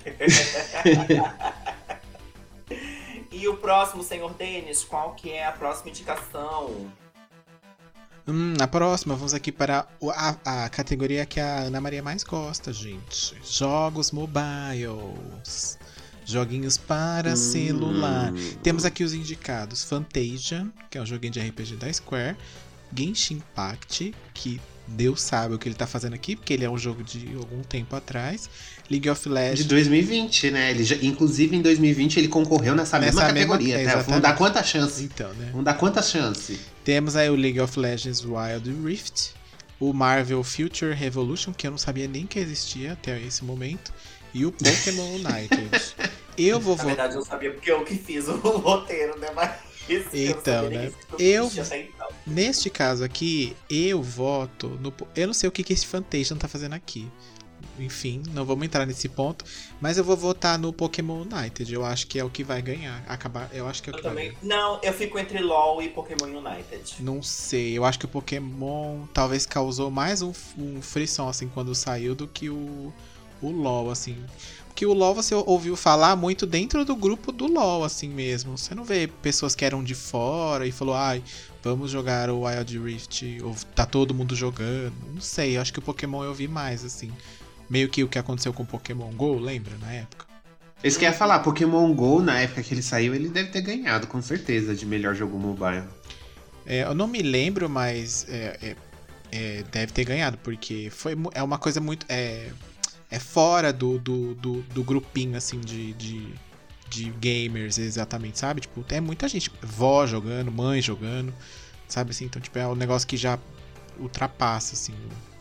E o próximo, senhor Denis, qual que é a próxima indicação? A próxima, vamos aqui para a categoria que a Ana Maria mais gosta, gente. Jogos mobiles. Joguinhos para celular. Temos aqui os indicados: Fantasia, que é um joguinho de RPG da Square. Genshin Impact, que Deus sabe o que ele tá fazendo aqui, porque ele é um jogo de algum tempo atrás. League of Legends. De 2020, né? Inclusive, em 2020, ele concorreu nessa mesma categoria. Tá? Vamos dar quanta chance? Então, né? Vamos dar quanta chance? Temos aí o League of Legends Wild Rift, o Marvel Future Revolution, que eu não sabia nem que existia até esse momento, e o Pokémon United. Eu vou Na votar. verdade, eu sabia porque eu que fiz o roteiro, né? Mas Então, né? Neste caso aqui, eu voto no. Eu não sei o que esse Fantasia tá fazendo aqui. Enfim, não vamos entrar nesse ponto. Mas eu vou votar no Pokémon United. Eu acho que é o que vai ganhar. Eu acho que é o que vai ganhar. Não, eu fico entre LoL e Pokémon United. Não sei. Eu acho que o Pokémon talvez causou mais um frisson assim quando saiu do que o LoL, assim. Porque o LoL você ouviu falar muito dentro do grupo do LoL, assim mesmo. Você não vê pessoas que eram de fora e falou, ai, vamos jogar o Wild Rift, ou tá todo mundo jogando. Não sei, eu acho que o Pokémon eu vi mais, assim. Meio que o que aconteceu com o Pokémon GO, lembra, na época? Isso que eu ia falar, Pokémon GO, na época que ele saiu, ele deve ter ganhado, com certeza, de melhor jogo mobile. Eu não me lembro, mas deve ter ganhado, porque é uma coisa muito... É fora do grupinho, assim, de gamers, exatamente, sabe? Tipo, tem muita gente, vó jogando, mãe jogando, sabe assim? Então, tipo, é um negócio que já ultrapassa, assim.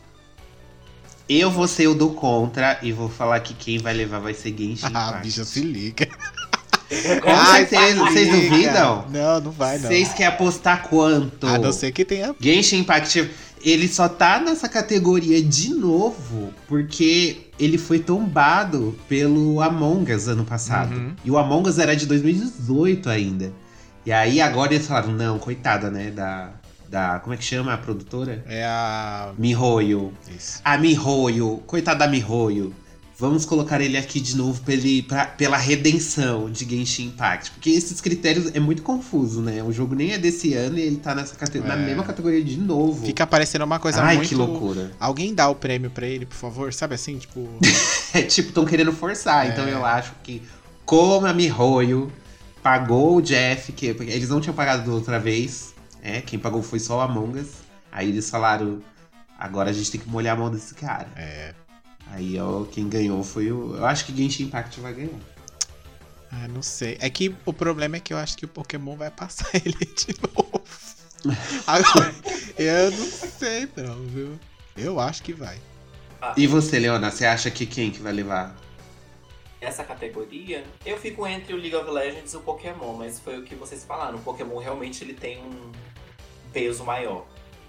Eu vou ser o do contra e vou falar que quem vai levar vai ser Genshin Impact. Ah, bicha, se liga. Com certeza, vocês duvidam? Não vai não. Vocês querem apostar quanto? A não ser que tenha... Genshin Impact, ele só tá nessa categoria de novo porque ele foi tombado pelo Among Us ano passado. Uhum. E o Among Us era de 2018 ainda. E aí agora eles falaram, não, coitada, né, como é que chama a produtora? É a... MiHoYo. Isso. A MiHoYo, coitada da MiHoYo. Vamos colocar ele aqui de novo pela redenção de Genshin Impact. Porque esses critérios é muito confuso, né? O jogo nem é desse ano e ele tá na mesma categoria de novo. Fica parecendo uma coisa muito... Ai, que loucura. Alguém dá o prêmio pra ele, por favor? Sabe assim, tipo... Tipo, tão querendo forçar. Então eu acho que, como a MiHoYo pagou o Jeff, porque eles não tinham pagado da outra vez, quem pagou foi só o Among Us. Aí eles falaram, agora a gente tem que molhar a mão desse cara. Aí, quem ganhou foi o... Eu acho que Genshin Impact vai ganhar. Ah, não sei. É que o problema é que eu acho que o Pokémon vai passar ele de novo. Agora, eu não sei não, viu? Eu acho que vai. E você, Leona, você acha que quem que vai levar? Essa categoria, eu fico entre o League of Legends e o Pokémon, mas foi o que vocês falaram. O Pokémon realmente ele tem um peso maior.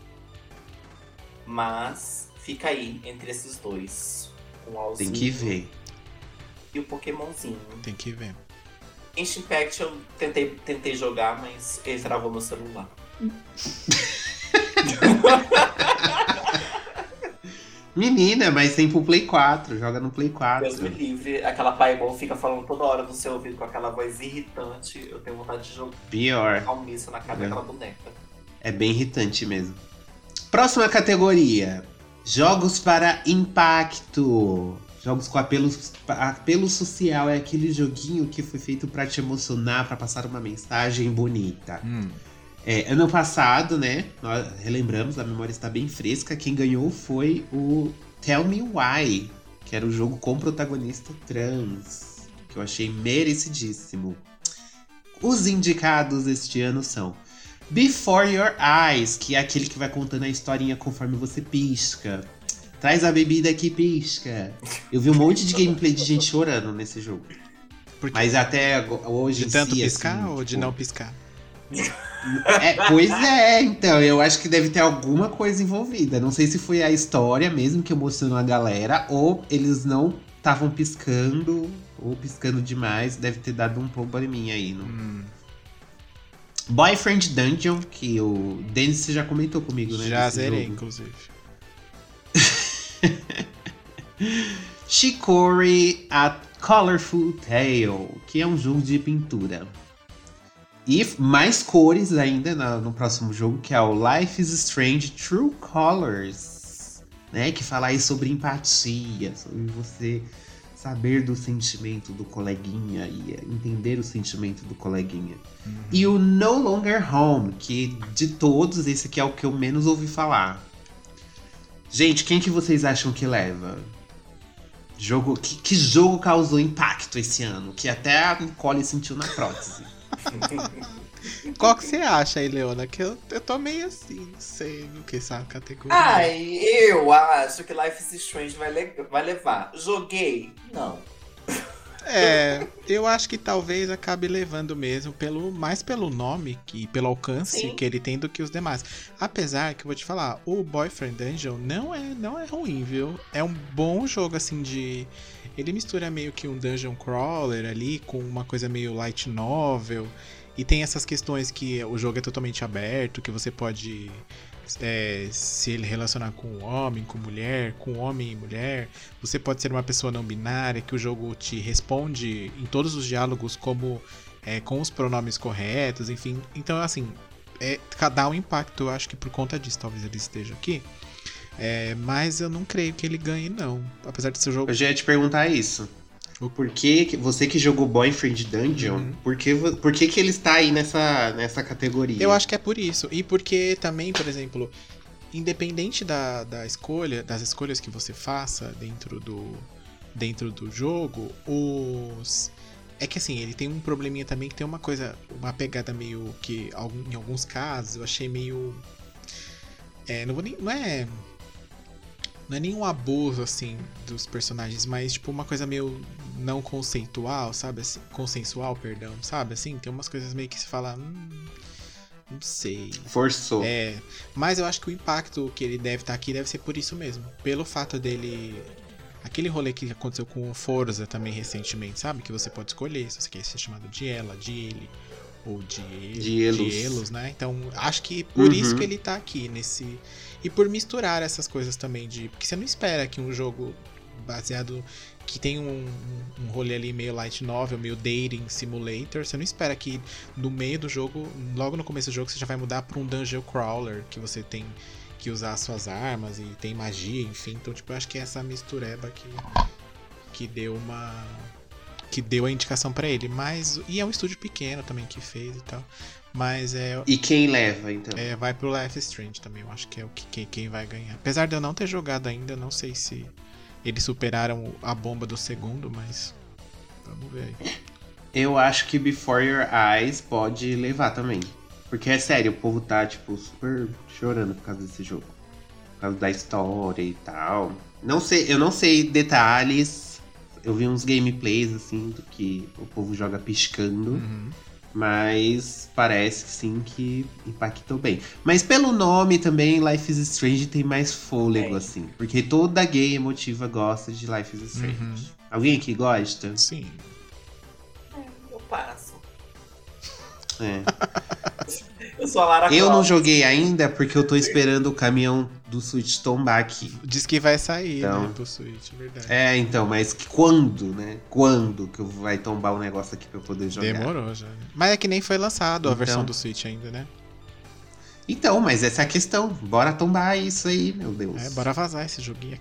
Mas fica aí entre esses dois. Tem que ver. E o Pokémonzinho. Tem que ver. Genshin Impact eu tentei jogar, mas ele travou meu celular. Menina, mas tem pro Play 4. Joga no Play 4. Deus me livre. Aquela Paimon fica falando toda hora no seu ouvido com aquela voz irritante. Eu tenho vontade de jogar. Pior. Calmiça na cara daquela boneca. É bem irritante mesmo. Próxima categoria. Jogos para impacto. Jogos com apelo social. É aquele joguinho que foi feito pra te emocionar, pra passar uma mensagem bonita. Ano passado, né? Nós relembramos, a memória está bem fresca. Quem ganhou foi o Tell Me Why, que era o jogo com protagonista trans, que eu achei merecidíssimo. Os indicados este ano são Before Your Eyes, que é aquele que vai contando a historinha conforme você pisca. Traz a bebida que pisca. Eu vi um monte de gameplay de gente chorando nesse jogo. Mas até hoje... De tanto si, piscar assim, ou de não piscar? Pois é, então. Eu acho que deve ter alguma coisa envolvida. Não sei se foi a história mesmo que emocionou a galera, ou eles não estavam piscando, ou piscando demais. Deve ter dado um probleminha aí, não? Boyfriend Dungeon, que o Denis já comentou comigo, né? Já zerei, inclusive. Chicory A Colorful Tale, que é um jogo de pintura. E mais cores ainda no próximo jogo, que é o Life is Strange True Colors, né? Que fala aí sobre empatia, sobre você saber do sentimento do coleguinha e entender o sentimento do coleguinha. E o No Longer Home, que de todos, esse aqui é o que eu menos ouvi falar. Gente, quem que vocês acham que leva? Que jogo causou impacto esse ano? Que até a Nicole sentiu na prótese. Qual que você acha aí, Leona? Que eu tô meio assim, não sei no que essa categoria. Eu acho que Life is Strange vai levar. Joguei? Não. Eu acho que talvez acabe levando mesmo, mais pelo nome e pelo alcance Sim. que ele tem do que os demais. Apesar que eu vou te falar, o Boyfriend Dungeon não é ruim, viu? É um bom jogo, assim, ele mistura meio que um dungeon crawler ali com uma coisa meio light novel. E tem essas questões que o jogo é totalmente aberto, que você pode se relacionar com homem, com mulher, com homem e mulher. Você pode ser uma pessoa não binária, que o jogo te responde em todos os diálogos como com os pronomes corretos, enfim. Então, assim, dá um impacto, eu acho que por conta disso talvez ele esteja aqui. Mas eu não creio que ele ganhe, não. Apesar de ser um jogo... Eu já ia te perguntar isso. Por que você que jogou Boyfriend Dungeon, por que ele está aí nessa categoria? Eu acho que é por isso. E porque também, por exemplo, independente das escolhas que você faça dentro do jogo, é que assim, ele tem um probleminha também que tem uma pegada meio que, em alguns casos, eu achei meio... Não é nenhum abuso, assim, dos personagens, mas, tipo, uma coisa meio não conceitual, sabe? Assim, consensual, perdão, sabe? Assim, tem umas coisas meio que se fala... não sei. Forçou. Mas eu acho que o impacto que ele deve estar aqui deve ser por isso mesmo. Pelo fato dele... Aquele rolê que aconteceu com o Forza também recentemente, sabe? Que você pode escolher se você quer ser chamado de ela, de ele... ou de Elos, né? Então, acho que por isso que ele tá aqui nesse... E por misturar essas coisas também porque você não espera que um jogo baseado... que tem um rolê ali meio light novel, meio dating simulator, você não espera que no meio do jogo, logo no começo do jogo, você já vai mudar pra um dungeon crawler, que você tem que usar as suas armas e tem magia, enfim. Então, tipo, eu acho que é essa mistureba que deu a indicação pra ele. E é um estúdio pequeno também que fez e tal. Mas E quem leva, então? Vai pro Life is Strange também. Eu acho que é quem vai ganhar. Apesar de eu não ter jogado ainda, não sei se eles superaram a bomba do segundo, mas vamos ver aí. Eu acho que Before Your Eyes pode levar também. Porque é sério, o povo tá, tipo, super chorando por causa desse jogo. Por causa da história e tal. Eu não sei detalhes. Eu vi uns gameplays, assim, do que o povo joga piscando. Mas parece sim que impactou bem. Mas pelo nome também, Life is Strange tem mais fôlego, assim. Porque toda gay emotiva gosta de Life is Strange. Alguém aqui gosta? Sim. Eu passo. Eu sou a Lara Croft. Eu não joguei ainda porque eu tô esperando o caminhão do Switch tombar aqui. Diz que vai sair, então, né, pro Switch, verdade. Então, mas quando, né? Quando que vai tombar o negócio aqui pra eu poder jogar? Demorou já. Mas é que nem foi lançado a versão do Switch ainda, né? Então, mas essa é a questão. Bora tombar isso aí, meu Deus. Bora vazar esse joguinho.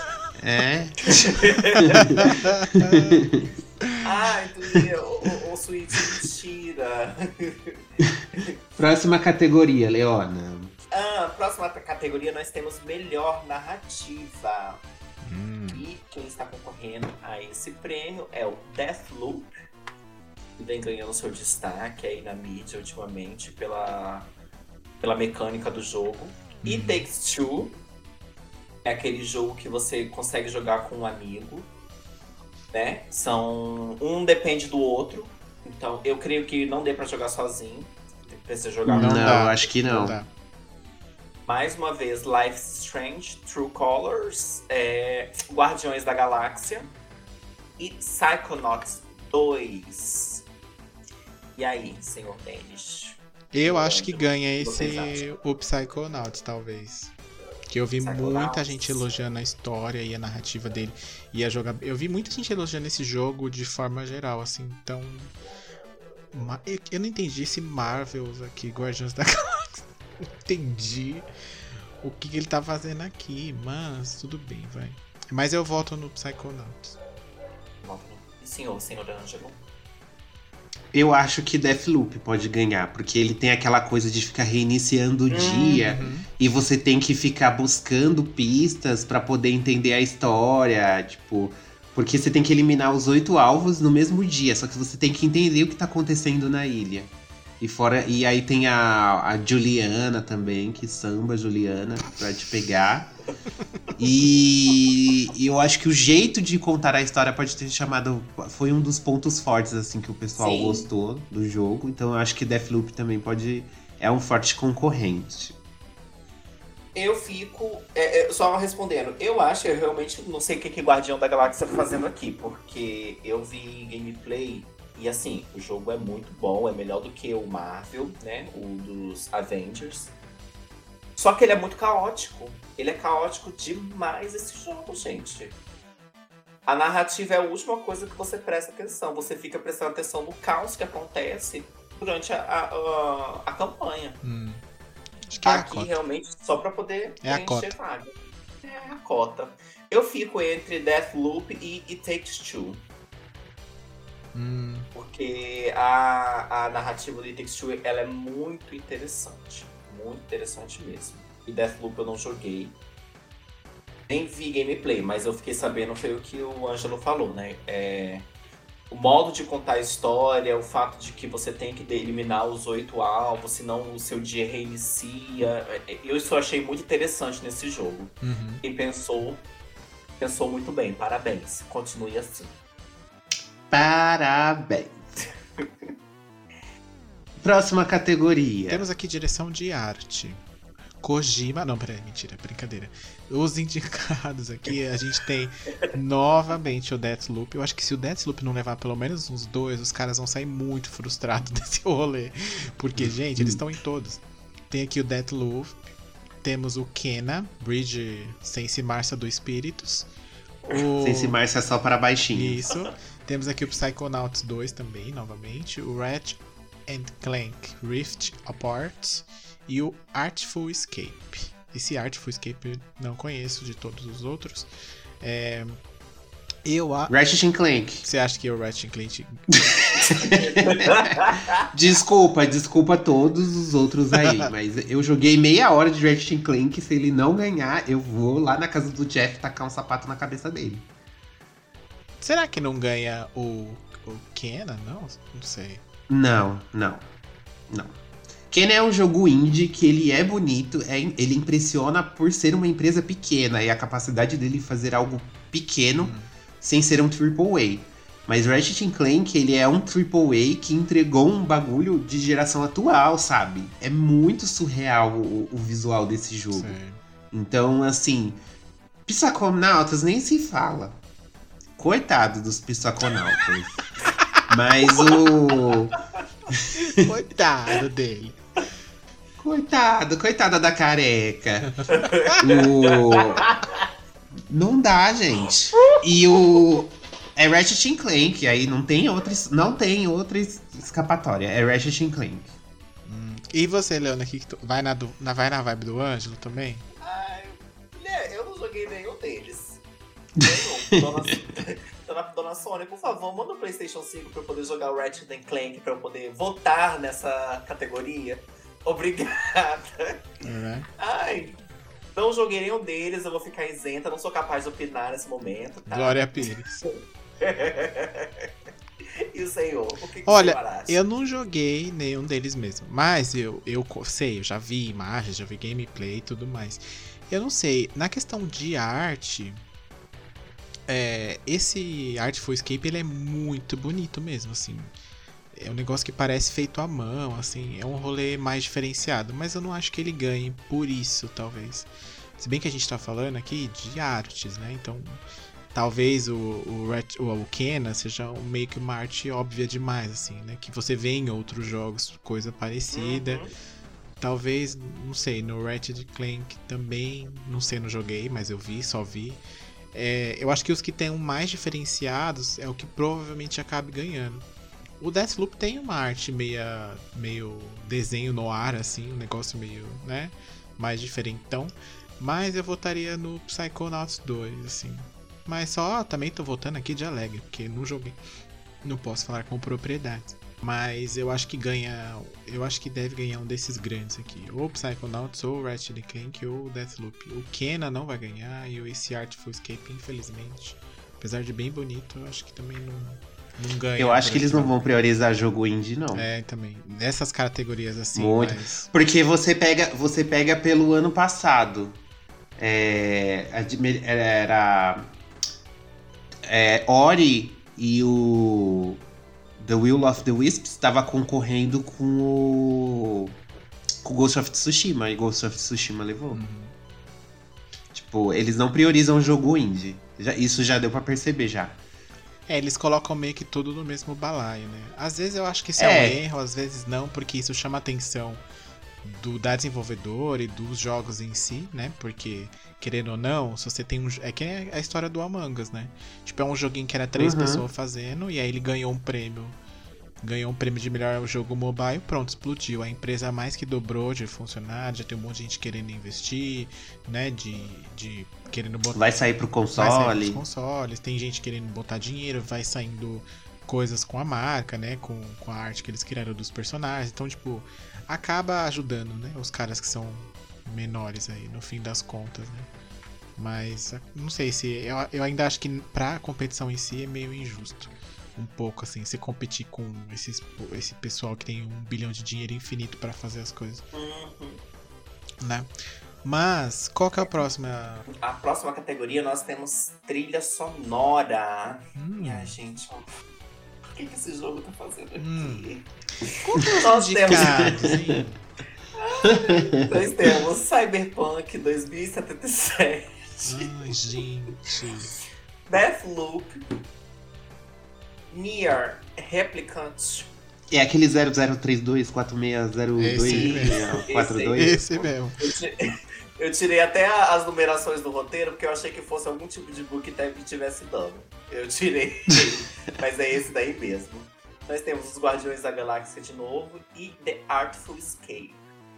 Ai, o Switch mentira. Próxima categoria, Leona. Próxima categoria nós temos melhor narrativa. E quem está concorrendo a esse prêmio é o Deathloop, que vem ganhando seu destaque aí na mídia ultimamente pela mecânica do jogo. E Takes Two é aquele jogo que você consegue jogar com um amigo, né? Um depende do outro. Então eu creio que não dê pra jogar sozinho. Precisa jogar Não, eu acho que não. Mais uma vez, Life is Strange, True Colors, Guardiões da Galáxia e Psychonauts 2. E aí, senhor Denis? Eu acho que ganha o Psychonauts, talvez. Que eu vi muita gente elogiando a história e a narrativa dele. Eu vi muita gente elogiando esse jogo de forma geral, assim. Então, eu não entendi esse Marvels aqui, Guardiões da Galáxia. Não entendi o que ele tá fazendo aqui, mas tudo bem, vai. Mas eu voto no Psychonauts. E senhor Ângelo? Eu acho que Deathloop pode ganhar, porque ele tem aquela coisa de ficar reiniciando o dia e você tem que ficar buscando pistas pra poder entender a história, tipo, porque você tem que eliminar os 8 alvos no mesmo dia, só que você tem que entender o que tá acontecendo na ilha. E aí tem a Juliana também, que samba Juliana pra te pegar. E eu acho que o jeito de contar a história pode ter chamado. Foi um dos pontos fortes, assim, que o pessoal gostou do jogo. Então eu acho que Deathloop também pode. É um forte concorrente. Eu fico. Só respondendo, eu realmente não sei o que Guardião da Galáxia tá fazendo aqui, porque eu vi gameplay. E assim, o jogo é muito bom, é melhor do que o Marvel, né? O dos Avengers. Só que ele é muito caótico. Ele é caótico demais esse jogo, gente. A narrativa é a última coisa que você presta atenção. Você fica prestando atenção no caos que acontece durante a campanha. Acho que aqui realmente só pra poder preencher vaga. É a cota. Eu fico entre Deathloop e It Takes Two. Porque a narrativa do It Takes Two, ela é muito interessante. Muito interessante mesmo. E Deathloop eu não joguei. Nem vi gameplay, mas eu fiquei sabendo, foi o que o Ângelo falou, né? O modo de contar a história, o fato de que você tem que eliminar os 8 alvos, senão o seu dia reinicia. Eu isso achei muito interessante nesse jogo. Quem pensou muito bem. Parabéns. Continue assim. Parabéns. Próxima categoria. Temos aqui direção de arte. Kojima. Não, peraí, mentira, brincadeira. Os indicados aqui, a gente tem novamente o Deathloop. Eu acho que se o Deathloop não levar pelo menos uns 2, os caras vão sair muito frustrados desse rolê. Porque, gente, eles estão em todos. Tem aqui o Deathloop. Temos o Kena, Bridge Sense Marcia do Espíritos. Sense Marcia é só para baixinho. Isso. Temos aqui o Psychonauts 2 também, novamente. O Ratchet & Clank Rift Apart. E o Artful Escape. Esse Artful Escape eu não conheço de todos os outros. Ratchet & Clank. Você acha que o Ratchet & Clank... Desculpa todos os outros aí, mas eu joguei meia hora de Ratchet & Clank. Se ele não ganhar, eu vou lá na casa do Jeff tacar um sapato na cabeça dele. Será que não ganha o Kena? Não sei. Não. Kena é um jogo indie que ele é bonito, ele impressiona por ser uma empresa pequena e a capacidade dele fazer algo pequeno sem ser um AAA. Mas Ratchet & Clank, ele é um AAA que entregou um bagulho de geração atual, sabe? É muito surreal o visual desse jogo. Sei. Então, assim, Psychonautas nem se fala. Coitado dos Psychonautas. Mas Coitado dele. Coitada da careca. Não dá, gente. E é Ratchet & Clank, aí não tem outra escapatória. É Ratchet & Clank. E você, Leona, aqui vai na vibe do Ângelo também? Eu não joguei nenhum deles. Dona Sony, por favor, manda o PlayStation 5 pra eu poder jogar o Ratchet & Clank, pra eu poder votar nessa categoria. Obrigada. Ai, não joguei nenhum deles, eu vou ficar isenta, não sou capaz de opinar nesse momento, tá? Glória Pires. E o senhor? O que Olha, o senhor acha? eu não joguei nenhum deles mesmo, mas eu sei, eu já vi imagens, já vi gameplay e tudo mais. Eu não sei, na questão de arte, esse Artful Escape, ele é muito bonito mesmo, assim. É um negócio que parece feito à mão, assim, é um rolê mais diferenciado, mas eu não acho que ele ganhe por isso, talvez. Se bem que a gente tá falando aqui de artes, né? Então, talvez o Kena seja meio que uma arte óbvia demais, assim, né? Que você vê em outros jogos, coisa parecida. Talvez, não sei, no Ratchet & Clank também, não sei, não joguei, mas eu só vi. Eu acho que os que tem mais diferenciados é o que provavelmente acabe ganhando. O Deathloop tem uma arte meio desenho no ar, assim, um negócio meio, né, mais diferentão. Mas eu votaria no Psychonauts 2, assim. Mas também tô votando aqui de alegre, porque não joguei. Não posso falar com propriedade. Mas eu acho que deve ganhar um desses grandes aqui. Ou Psychonauts, ou Ratchet & Clank, ou Deathloop. O Kena não vai ganhar, e esse Artful Escape, infelizmente, apesar de bem bonito, eu acho que também não ganha. Eu acho que eles não vão priorizar jogo indie, não. É, também. Nessas categorias assim. Muito. Mas... Porque você pega pelo ano passado. Era Ori e o The Will of the Wisps estava concorrendo com o Ghost of Tsushima, e Ghost of Tsushima levou. Tipo, eles não priorizam o jogo indie. Isso já deu pra perceber já. Eles colocam meio que tudo no mesmo balaio, né? Às vezes eu acho que isso é um erro, às vezes não, porque isso chama a atenção da desenvolvedora e dos jogos em si, né? Porque, querendo ou não, se você tem um... É que é a história do Among Us, né? Tipo, é um joguinho que era 3 pessoas fazendo, e aí ele ganhou um prêmio. Ganhou um prêmio de melhor jogo mobile, pronto, explodiu. A empresa mais que dobrou de funcionários, já tem um monte de gente querendo investir, né? De querendo botar... Vai sair pro console. Vai sair pros consoles, tem gente querendo botar dinheiro, vai saindo coisas com a marca, né? Com a arte que eles criaram dos personagens. Então, tipo, acaba ajudando, né? Os caras que são menores aí, no fim das contas, né? Mas, não sei se... Eu ainda acho que pra competição em si é meio injusto. Um pouco, assim, se competir com esse pessoal que tem 1 bilhão de dinheiro infinito pra fazer as coisas. Né? Mas, qual que é a próxima? A próxima categoria nós temos trilha sonora. Ai, gente, ó. O que esse jogo tá fazendo aqui? Nós temos... Nós temos Cyberpunk 2077. Ai, gente. Deathloop, Nier Replicant. É aquele 0032460242. Esse mesmo. Eu tirei até as numerações do roteiro, porque eu achei que fosse algum tipo de book tag que tivesse dano. Eu tirei, mas é esse daí mesmo. Nós temos os Guardiões da Galáxia de novo e The Artful Escape.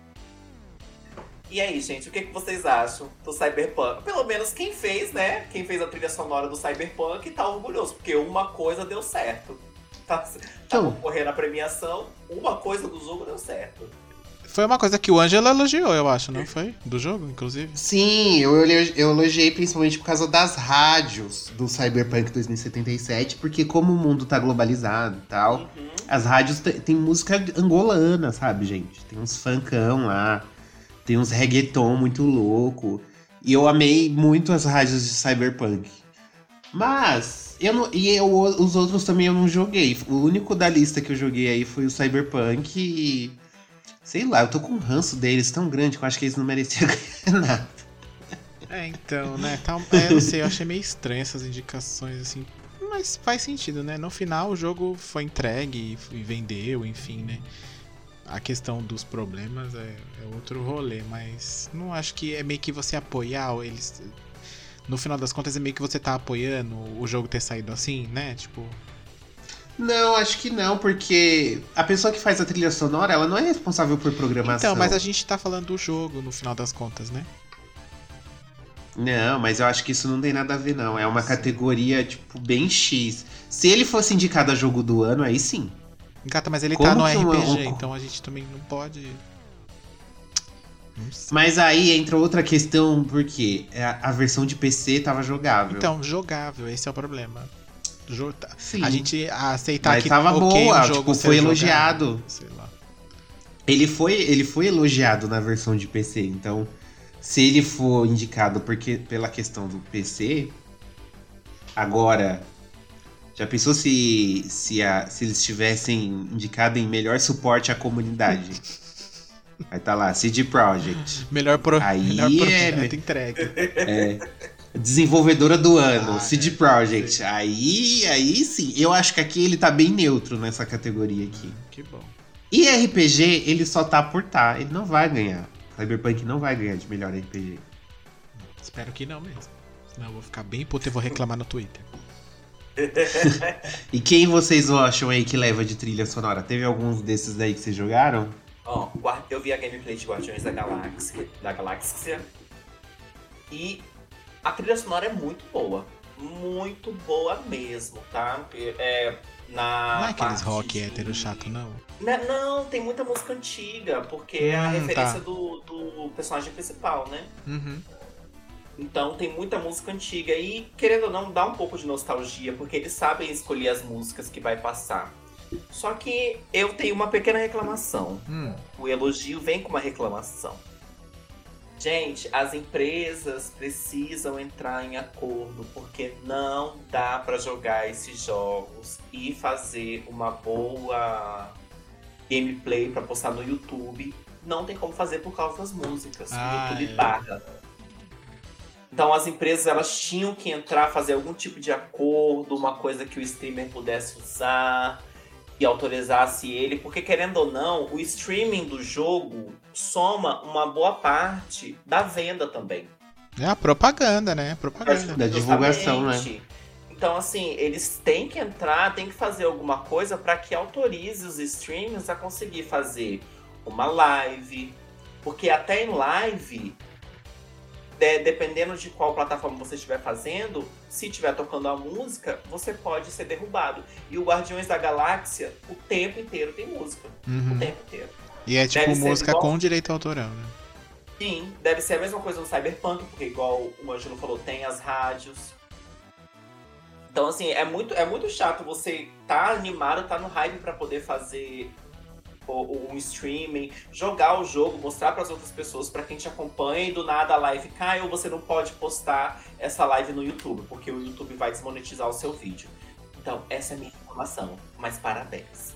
E aí, gente, o que vocês acham do Cyberpunk? Pelo menos quem fez, né? Quem fez a trilha sonora do Cyberpunk tá orgulhoso, porque uma coisa deu certo. Tá concorrendo à premiação, uma coisa do jogo deu certo. Foi uma coisa que o Ângelo elogiou, eu acho, não foi? Do jogo, inclusive? Sim, eu elogiei principalmente por causa das rádios do Cyberpunk 2077, porque como o mundo tá globalizado e tal, as rádios tem música angolana, sabe, gente? Tem uns funkão lá, tem uns reggaeton muito louco, e eu amei muito as rádios de Cyberpunk. Mas... os outros também eu não joguei. O único da lista que eu joguei aí foi o Cyberpunk e... Sei lá, eu tô com um ranço deles tão grande que eu acho que eles não mereciam ganhar nada. Então, né? Eu não sei, eu achei meio estranho essas indicações, assim. Mas faz sentido, né? No final o jogo foi entregue e vendeu, enfim, né? A questão dos problemas é outro rolê, mas não acho que é meio que você apoiar eles... No final das contas é meio que você tá apoiando o jogo ter saído assim, né? Tipo... Não, acho que não, porque a pessoa que faz a trilha sonora, ela não é responsável por programação. Então, mas a gente tá falando do jogo no final das contas, né? Não, mas eu acho que isso não tem nada a ver, não. É uma categoria, tipo, bem X. Se ele fosse indicado a jogo do ano, aí sim. Gata, mas ele tá no RPG, então a gente também não pode... Mas aí entra outra questão, porque a versão de PC tava jogável. Então, jogável, esse é o problema. Sim. A gente aceitar mas que tava boa, o jogo tipo, foi elogiado. Jogável, sei lá. Ele foi elogiado na versão de PC, então se ele for indicado pela questão do PC, agora, já pensou se eles tivessem indicado em melhor suporte à comunidade? Vai estar lá, CD Projekt. Melhor projeto entregue. Desenvolvedora do ano, CD Projekt. Aí sim, eu acho que aqui ele tá bem neutro nessa categoria aqui. Que bom. E RPG, ele só tá por tá, ele não vai ganhar. Cyberpunk não vai ganhar de melhor RPG. Espero que não mesmo. Senão eu vou ficar bem puto e vou reclamar no Twitter. E quem vocês acham aí que leva de trilha sonora? Teve alguns desses daí que vocês jogaram? Eu vi a gameplay de Guardiões da Galáxia. E a trilha sonora é muito boa. Muito boa mesmo, tá? na Não é aqueles parte rock de- hétero chato, não? Não, tem muita música antiga, porque é a referência Tá. do personagem principal, né? Uhum. Então tem muita música antiga e, querendo ou não, dá um pouco de nostalgia, porque eles sabem escolher as músicas que vai passar. Só que eu tenho uma pequena reclamação. O elogio vem com uma reclamação. Gente, as empresas precisam entrar em acordo, porque não dá pra jogar esses jogos e fazer uma boa gameplay pra postar no YouTube. Não tem como fazer por causa das músicas. O YouTube barra. Então as empresas elas tinham que entrar, fazer algum tipo de acordo, uma coisa que o streamer pudesse usar e autorizasse ele, porque querendo ou não, o streaming do jogo soma uma boa parte da venda também. É a propaganda, né? Propaganda. Da divulgação, né? Justamente. Então, assim, eles têm que entrar, têm que fazer alguma coisa para que autorize os streamers a conseguir fazer uma live. Porque até em live, dependendo de qual plataforma você estiver fazendo, se estiver tocando a música, você pode ser derrubado. E o Guardiões da Galáxia, o tempo inteiro tem música. O tempo inteiro. E é tipo Deve ser música igual- com direito autoral, né? Sim, deve ser a mesma coisa no Cyberpunk, porque igual o Ângelo falou, tem as rádios. Então, assim, é muito chato você tá animado, tá no hype pra poder fazer um streaming, jogar o jogo, mostrar pras outras pessoas, pra quem te acompanha, e do nada a live cai ou você não pode postar essa live no YouTube, porque o YouTube vai desmonetizar o seu vídeo. Então, essa é a minha informação. Mas parabéns.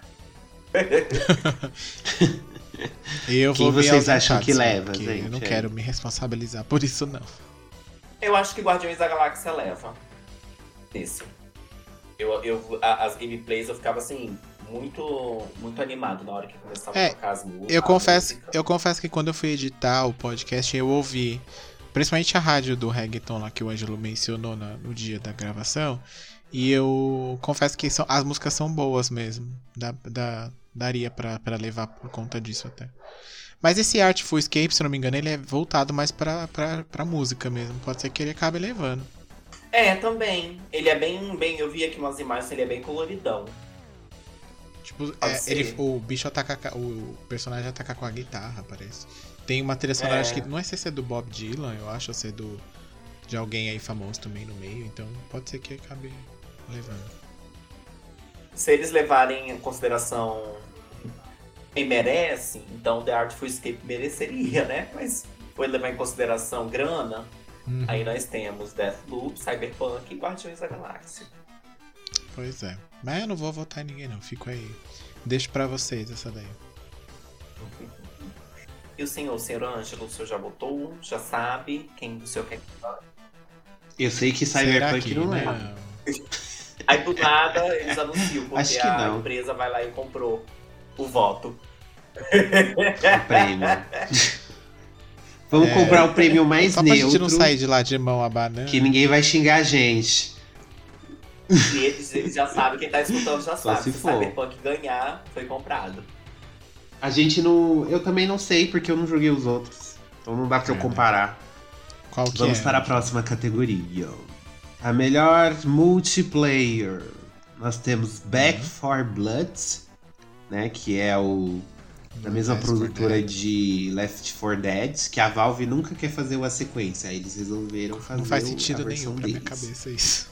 Eu Quem vou ver vocês aos acham que encates, leva, porque gente? Eu não quero me responsabilizar por isso, não. Eu acho que Guardiões da Galáxia leva. Nesse. As gameplays eu ficava assim, muito animado na hora que começava a tocar as músicas. Eu confesso que quando eu fui editar o podcast, eu ouvi, principalmente a rádio do reggaeton lá que o Ângelo mencionou no dia da gravação, e eu confesso que as músicas são boas mesmo. Daria pra levar por conta disso até. Mas esse Artful Escape, se não me engano, ele é voltado mais pra música mesmo. Pode ser que ele acabe levando. É, também. Ele é bem. Eu vi aqui umas imagens, ele é bem coloridão. Tipo, ser. o bicho ataca. O personagem ataca com a guitarra, parece. Tem uma trilha sonora, acho que não sei se é do Bob Dylan, eu acho, ou se é de alguém aí famoso também no meio, então pode ser que acabe levando. Se eles levarem em consideração quem merece, então The Artful Escape mereceria, né? Mas foi levar em consideração grana, aí nós temos Deathloop, Cyberpunk e Guardiões da Galáxia. Pois é. Mas eu não vou votar em ninguém não, fico aí. Deixo pra vocês essa daí. E o senhor Ângelo, o senhor já votou? Já sabe quem o senhor quer que vá? Eu sei que Será Cyberpunk que não é. não? Aí do nada eles anunciam, porque Acho que a não. empresa vai lá e comprou o voto. O prêmio. Vamos comprar o prêmio mais Só pra gente não neutro, sair de lá de mão a banana. que ninguém vai xingar a gente. E eles já sabem, quem tá escutando já Só sabe. se Se o for. Cyberpunk ganhar, foi comprado. A gente não... Eu também não sei, porque eu não joguei os outros. Então não dá pra eu comparar. Qual que Vamos é? para a próxima categoria. A melhor multiplayer. Nós temos Back 4 Blood, né? Que é da mesma Left 4 produtora Dead. de Left 4 Dead, que a Valve nunca quer fazer uma sequência. Aí eles resolveram fazer Não faz a sentido versão nenhum pra minha deles. cabeça isso.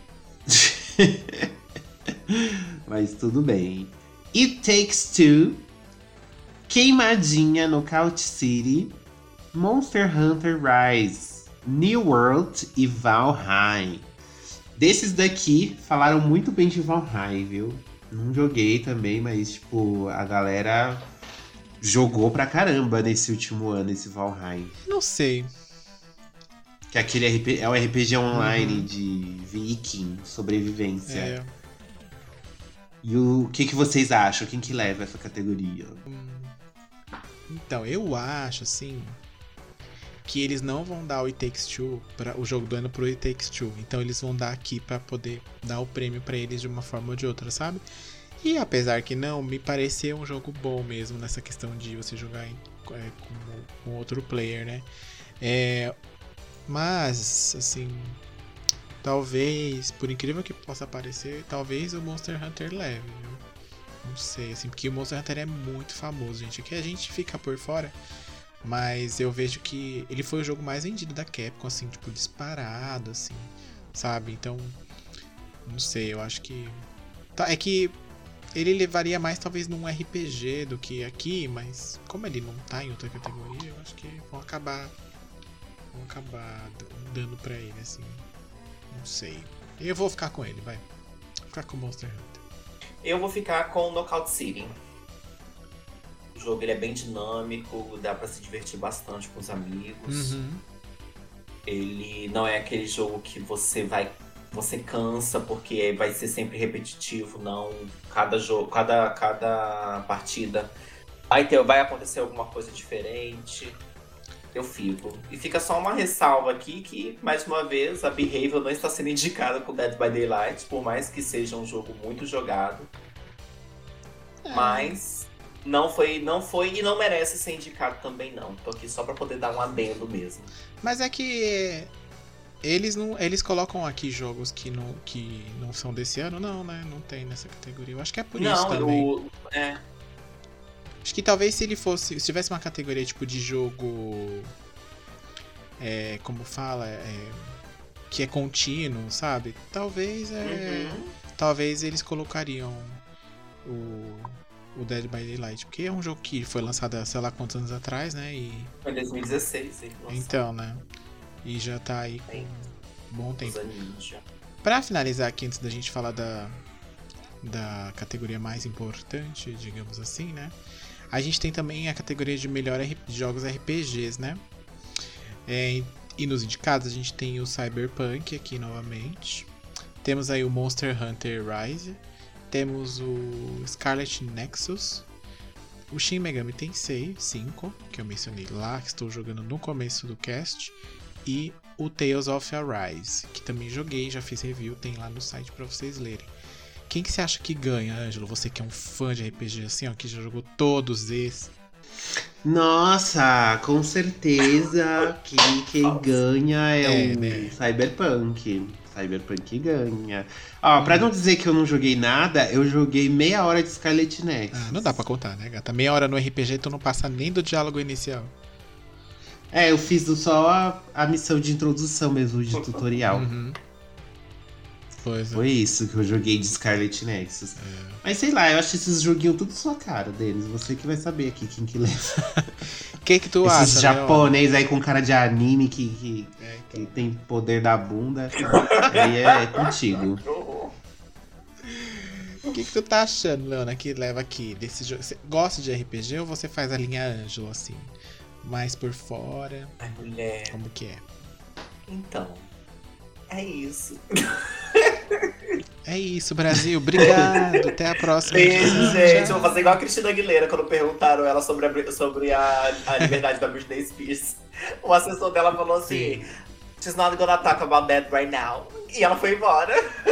Mas tudo bem. It Takes Two, Queimadinha no Couch City, Monster Hunter Rise, New World e Valheim. Desses daqui, falaram muito bem de Valheim, viu? Não joguei também, mas tipo, a galera jogou pra caramba nesse último ano, esse Valheim. Não sei. Que é um RPG online de viking, sobrevivência. É, E o que vocês acham? Quem que leva essa categoria? então, eu acho, assim, que eles não vão dar o It Takes Two, o jogo do ano pro It Takes Two. Então eles vão dar aqui pra poder dar o prêmio pra eles de uma forma ou de outra, sabe? E apesar que não, me pareceu um jogo bom mesmo nessa questão de você jogar com outro player, né? Mas, assim, talvez, por incrível que possa parecer, talvez o Monster Hunter leve, viu? Não sei, assim, porque o Monster Hunter é muito famoso, gente. Aqui a gente fica por fora, mas eu vejo que ele foi o jogo mais vendido da Capcom, assim, tipo, disparado, assim, sabe? Então, não sei, eu acho que... É que ele levaria mais, talvez, num RPG do que aqui, mas como ele não tá em outra categoria, eu acho que vão acabar dando pra ele, assim. Não sei. Eu vou ficar com ele, vai. Vou ficar com o Monster Hunter. Eu vou ficar com o Knockout City. O jogo ele é bem dinâmico, dá pra se divertir bastante com os amigos. Ele não é aquele jogo que você cansa porque vai ser sempre repetitivo, não. Cada partida vai acontecer alguma coisa diferente. Eu fico. E fica só uma ressalva aqui que, mais uma vez, a Behaviour não está sendo indicada com Dead by Daylight, por mais que seja um jogo muito jogado. Mas não foi e não merece ser indicado também não. Tô aqui só pra poder dar um adendo mesmo. Mas é que eles colocam aqui jogos que não são desse ano, não, né? Não tem nessa categoria. Eu acho que é por isso também. Acho que talvez se tivesse uma categoria tipo de jogo, como fala, que é contínuo, sabe? Talvez eles colocariam o Dead by Daylight, porque é um jogo que foi lançado há sei lá quantos anos atrás, né? Foi em 2016, então, né? E já tá aí com um bom tempo. Pra finalizar aqui, antes da gente falar da categoria mais importante, digamos assim, né? A gente tem também a categoria de melhor jogos RPGs, né? E nos indicados a gente tem o Cyberpunk aqui novamente. Temos aí o Monster Hunter Rise. Temos o Scarlet Nexus. O Shin Megami Tensei 5, que eu mencionei lá, que estou jogando no começo do cast. E o Tales of Arise, que também joguei, já fiz review, tem lá no site pra vocês lerem. Quem que você acha que ganha, Ângelo? Você que é um fã de RPG assim, ó, que já jogou todos esses. Nossa, com certeza que quem ganha é o né? Cyberpunk. Cyberpunk ganha. Ó, pra não dizer que eu não joguei nada, eu joguei meia hora de Scarlet Nexus. Não dá pra contar, né, gata? Meia hora no RPG, tu não passa nem do diálogo inicial. Eu fiz só a missão de introdução mesmo, de tutorial. Foi isso que eu joguei de Scarlet Nexus. Mas sei lá, eu acho esses joguinhos tudo sua cara, Denis. Você que vai saber aqui quem que leva. Quem que tu acha? Esses japonês aí com cara de anime que tem poder da bunda. Aí é contigo. O que tu tá achando, Leona, que leva aqui desse jogo? Você gosta de RPG ou você faz a linha Ângelo, assim? Mais por fora? Ai, mulher. Como que é? Então, é isso. É isso, Brasil. Obrigado. Até a próxima. Beijo, gente. Eu vou fazer igual a Cristina Aguilera quando perguntaram ela sobre a liberdade da Britney Spears. O assessor dela falou assim: "She's not gonna talk about that right now." E ela foi embora.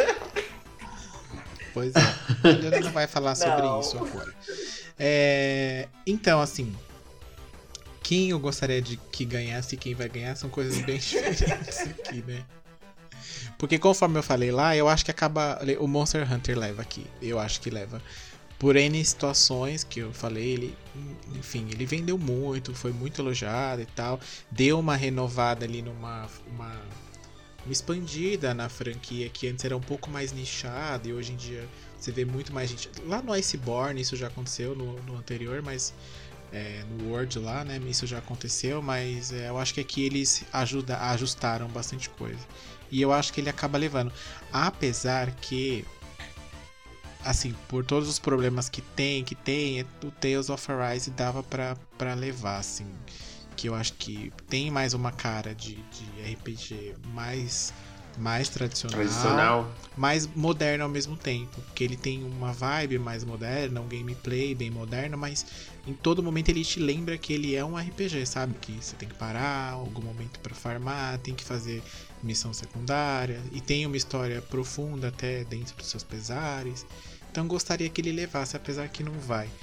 Pois é. Ele não vai falar sobre isso agora. Então, assim, quem eu gostaria de que ganhasse e quem vai ganhar são coisas bem diferentes aqui, né? Porque conforme eu falei lá, eu acho que o Monster Hunter leva aqui. Eu acho que leva. Por N situações que eu falei, ele vendeu muito, foi muito elogiado e tal. Deu uma renovada ali uma expandida na franquia, que antes era um pouco mais nichada e hoje em dia você vê muito mais gente. Lá no Iceborne isso já aconteceu no anterior, mas no World lá, né, isso já aconteceu, mas eu acho que aqui eles ajustaram bastante coisa. E eu acho que ele acaba levando. Apesar que, assim, por todos os problemas que tem, o Tales of Arise dava pra levar, assim. Que eu acho que tem mais uma cara de RPG mais tradicional, mais moderno ao mesmo tempo. Porque ele tem uma vibe mais moderna, um gameplay bem moderno, mas em todo momento ele te lembra que ele é um RPG, sabe? Que você tem que parar algum momento pra farmar, tem que fazer missão secundária, e tem uma história profunda até dentro dos seus pesares. Então gostaria que ele levasse, apesar que não vai.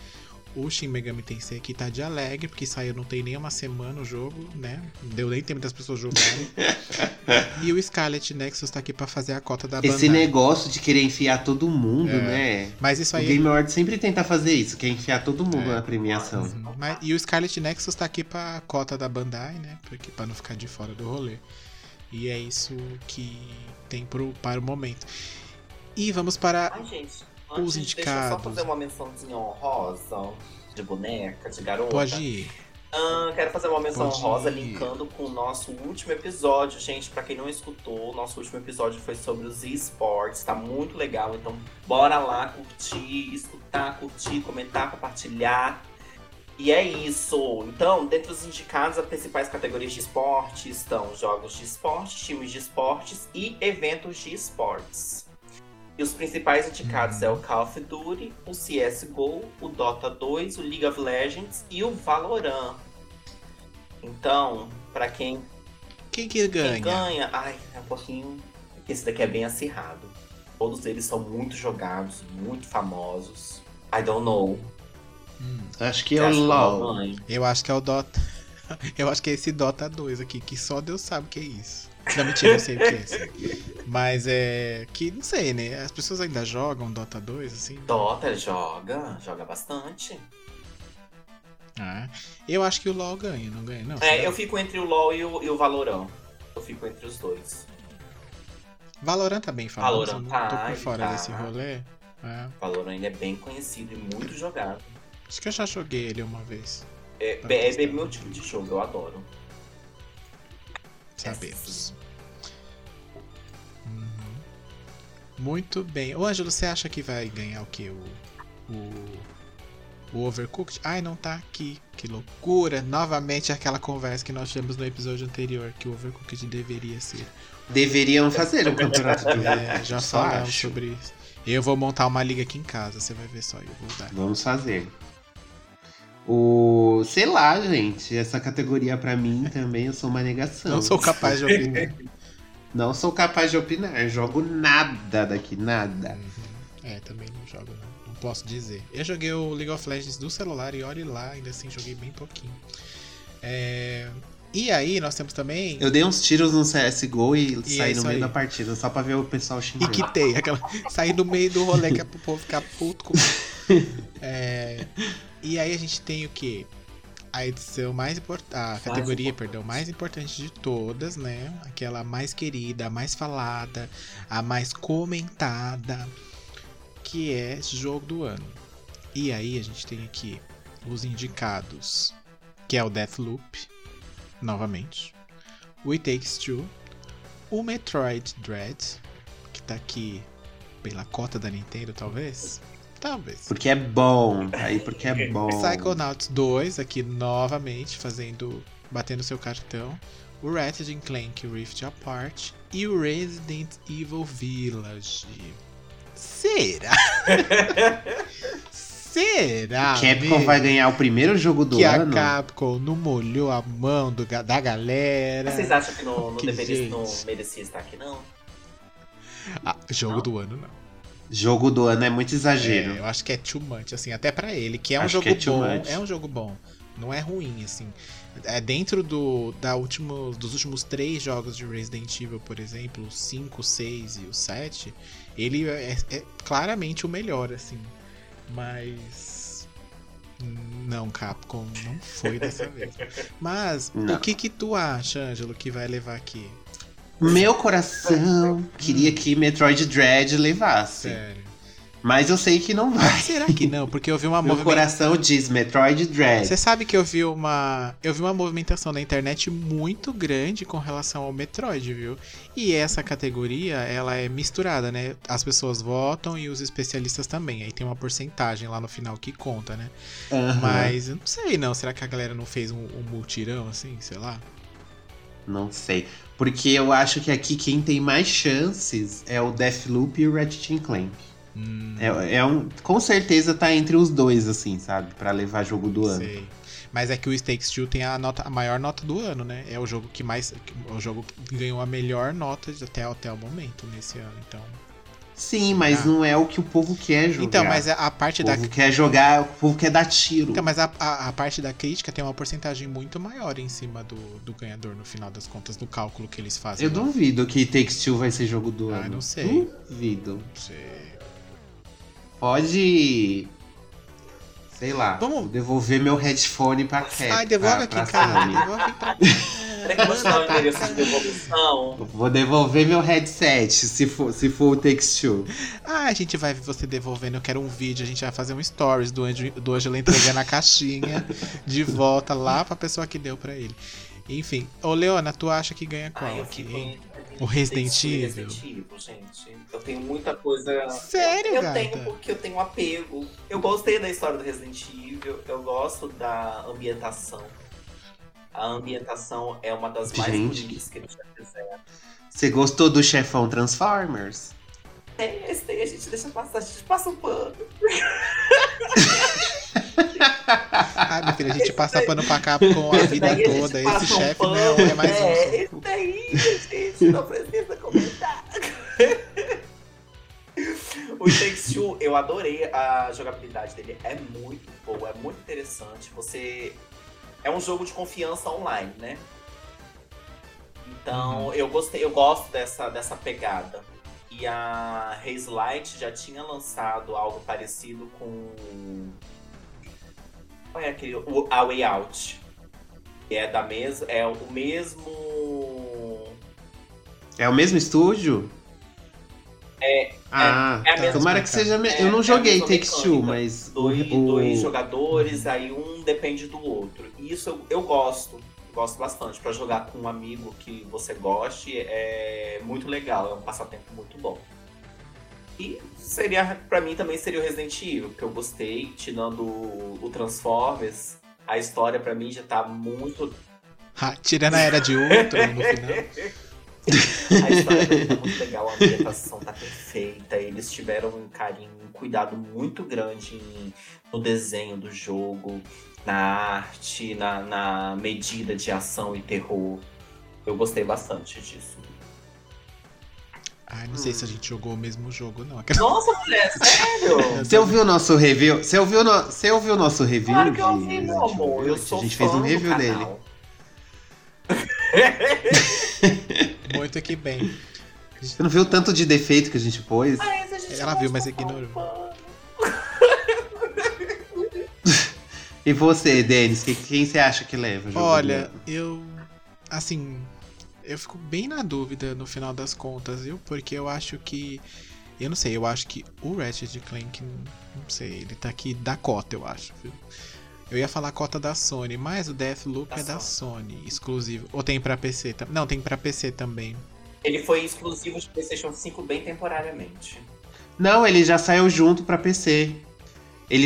O Shin Megami Tensei aqui tá de alegre, porque saiu não tem nem uma semana o jogo, né? Não deu nem tempo das pessoas jogarem. E o Scarlet Nexus tá aqui pra fazer a cota da Bandai. Esse negócio de querer enfiar todo mundo, né? Mas isso aí... O Game Awards sempre tenta fazer isso, quer enfiar todo mundo na premiação. E o Scarlet Nexus tá aqui pra cota da Bandai, né? Porque, pra não ficar de fora do rolê. E é isso que tem para o momento. E vamos para gente. os indicados. Deixa eu só fazer uma mençãozinha honrosa de boneca, de garota. Pode ir. Quero fazer uma menção honrosa linkando com o nosso último episódio. Gente, pra quem não escutou, o nosso último episódio foi sobre os esportes. Tá muito legal, então bora lá curtir, escutar, curtir, comentar, compartilhar. E é isso. Então, dentre os indicados, as principais categorias de esporte estão jogos de esporte, times de esportes e eventos de esportes. E os principais indicados é o Call of Duty, o CSGO, o Dota 2, o League of Legends e o Valorant. Então, pra quem que ganha? Quem ganha, é um pouquinho... Esse daqui é bem acirrado. Todos eles são muito jogados, muito famosos. I don't know. Acho que é o LoL. Eu acho que é o Dota. Eu acho que é esse Dota 2 aqui, que só Deus sabe o que é isso. Não, mentira, eu sei o que é assim. Mas é que, não sei, né? As pessoas ainda jogam Dota 2, assim? Dota joga bastante. Eu acho que o LoL ganha, não ganha, não? Eu fico entre o LoL e o Valorant. Eu fico entre os dois. Valorant tá bem famoso, Valorant não tô por fora desse rolê. Valorant ele é bem conhecido e muito jogado. Acho que eu já joguei ele uma vez. É meu tipo de jogo, eu adoro. Sabemos. Muito bem. Ô, Ângelo, você acha que vai ganhar o quê? O Overcooked? Ai, não tá aqui. Que loucura. Novamente aquela conversa que nós tivemos no episódio anterior, que o Overcooked deveria ser. Deveriam fazer um campeonato de já falamos sobre isso. Eu vou montar uma liga aqui em casa, você vai ver só. Eu vou dar. Vamos fazer. Sei lá, gente. Essa categoria pra mim também eu sou uma negação. Não sou capaz de opinar. Não sou capaz de opinar. Jogo nada daqui, nada. Também não jogo não posso dizer. Eu joguei o League of Legends do celular e olhe lá, ainda assim joguei bem pouquinho. E aí nós temos também... Eu dei uns tiros no CSGO e saí no meio da partida, só pra ver o pessoal xingando. E quitei, saí no meio do rolê que é pro povo ficar puto comigo. E aí a gente tem o quê? A edição mais importante, a categoria, mais importante de todas, né? Aquela mais querida, a mais falada, a mais comentada, que é jogo do ano. E aí a gente tem aqui os indicados, que é o Deathloop, novamente, o It Takes Two, o Metroid Dread, que tá aqui pela cota da Nintendo, talvez. Porque é bom, porque é bom. Psychonauts 2, aqui novamente, batendo seu cartão. O Ratchet & Clank Rift Apart e o Resident Evil Village. Será? Será? Capcom vai ganhar o primeiro jogo do ano? Que a Capcom não molhou a mão da galera. Vocês acham que não merecia estar aqui, não? Jogo do ano, não. Jogo do ano é muito exagero. Eu acho que é too much, assim, até pra ele, que é um jogo bom. É um jogo bom. Não é ruim, assim. Dentro dos últimos 3 jogos de Resident Evil, por exemplo, o 5, o 6 e o 7, ele é claramente o melhor, assim. Mas... Não, Capcom, não foi dessa vez. Mas, o que tu acha, Ângelo, que vai levar aqui? Meu coração queria que Metroid Dread levasse. Sério. Mas eu sei que não vai. Será que não? Porque eu vi uma Meu coração diz Metroid Dread. Você sabe que eu vi uma movimentação na internet muito grande com relação ao Metroid, viu? E essa categoria, ela é misturada, né? As pessoas votam e os especialistas também. Aí tem uma porcentagem lá no final que conta, né? Mas eu não sei não. Será que a galera não fez um multirão assim? Sei lá. Não sei. Porque eu acho que aqui quem tem mais chances é o Deathloop e o Ratchet & Clank. Com certeza tá entre os dois, assim, sabe? Pra levar jogo do ano. Sei. Mas é que o It Takes Two tem a maior nota do ano, né? É o jogo que ganhou a melhor nota até o momento nesse ano. Então, Sim, mas não é o que o povo quer jogar. Então, mas a parte da... O povo quer jogar, o povo quer dar tiro. Então, mas a parte da crítica tem uma porcentagem muito maior em cima do ganhador, no final das contas, do cálculo que eles fazem. Eu duvido que Takes Two vai ser jogo do ano. Não sei. Duvido. Não sei. Pode... Sei lá. Vamos devolver meu headphone pra Cat. Ai, devolve aqui, cara. Devolve pra... Será que você dá o endereço de devolução? Vou devolver meu headset, se for o Takes Two. A gente vai ver você devolvendo. Eu quero um vídeo. A gente vai fazer um stories do Ângelo entregando a caixinha de volta lá pra pessoa que deu pra ele. Enfim. Ô, Leona, tu acha que ganha qual aqui, hein? O Resident Evil? Gente. Eu tenho muita coisa... Sério, Eu gata? tenho porque eu tenho um apego. Eu gostei da história do Resident Evil. Eu gosto da ambientação. A ambientação é uma das mais bonitas que eles já fizeram. Você gostou do chefão Transformers? Esse daí a gente deixa passar, a gente passa um pano. Ai, minha filha, a gente passa pano pra cá com a vida toda. Esse chefe não é mais um. Esse daí, gente, não precisa comentar. O Takes Two, eu adorei a jogabilidade dele. É muito boa, é muito interessante. É um jogo de confiança online, né? Então, eu gosto dessa pegada. E a Hazelight já tinha lançado algo parecido com... Qual é aquele? A Way Out. Que é o mesmo... É o mesmo estúdio? É a mesma. Tomara que seja... Eu não joguei Takes Two, mas... Dois jogadores, aí um depende do outro. E isso eu gosto. Gosto bastante. Pra jogar com um amigo que você goste, é muito legal. É um passatempo muito bom. E pra mim também seria o Resident Evil, que eu gostei. Tirando o Transformers, a história pra mim já tá muito... Tirando a Era de Ultron no final. A história tá muito legal, a ambientação tá perfeita. Eles tiveram um carinho, um cuidado muito grande no desenho do jogo, na arte, na medida de ação e terror. Eu gostei bastante disso. Ai, não sei se a gente jogou o mesmo jogo, não. Nossa, mulher, sério? Você ouviu o nosso review? Você ouviu o nosso review? Claro que eu ouvi, meu amor. Eu sou a gente fez um review dele. Muito que bem. Você não viu o tanto de defeito que a gente pôs? Ela viu, mas ignorou. E você, Denis, quem você acha que leva o jogo? Olha, eu fico bem na dúvida no final das contas, viu? Porque eu acho que... Eu não sei, eu acho que o Ratchet Clank, não sei, ele tá aqui da cota, eu acho, viu? Eu ia falar cota da Sony, mas o Deathloop é da Sony, exclusivo. Ou tem pra PC? Não, tem pra PC também. Ele foi exclusivo de PlayStation 5 bem temporariamente. Não, ele já saiu junto pra PC. Ele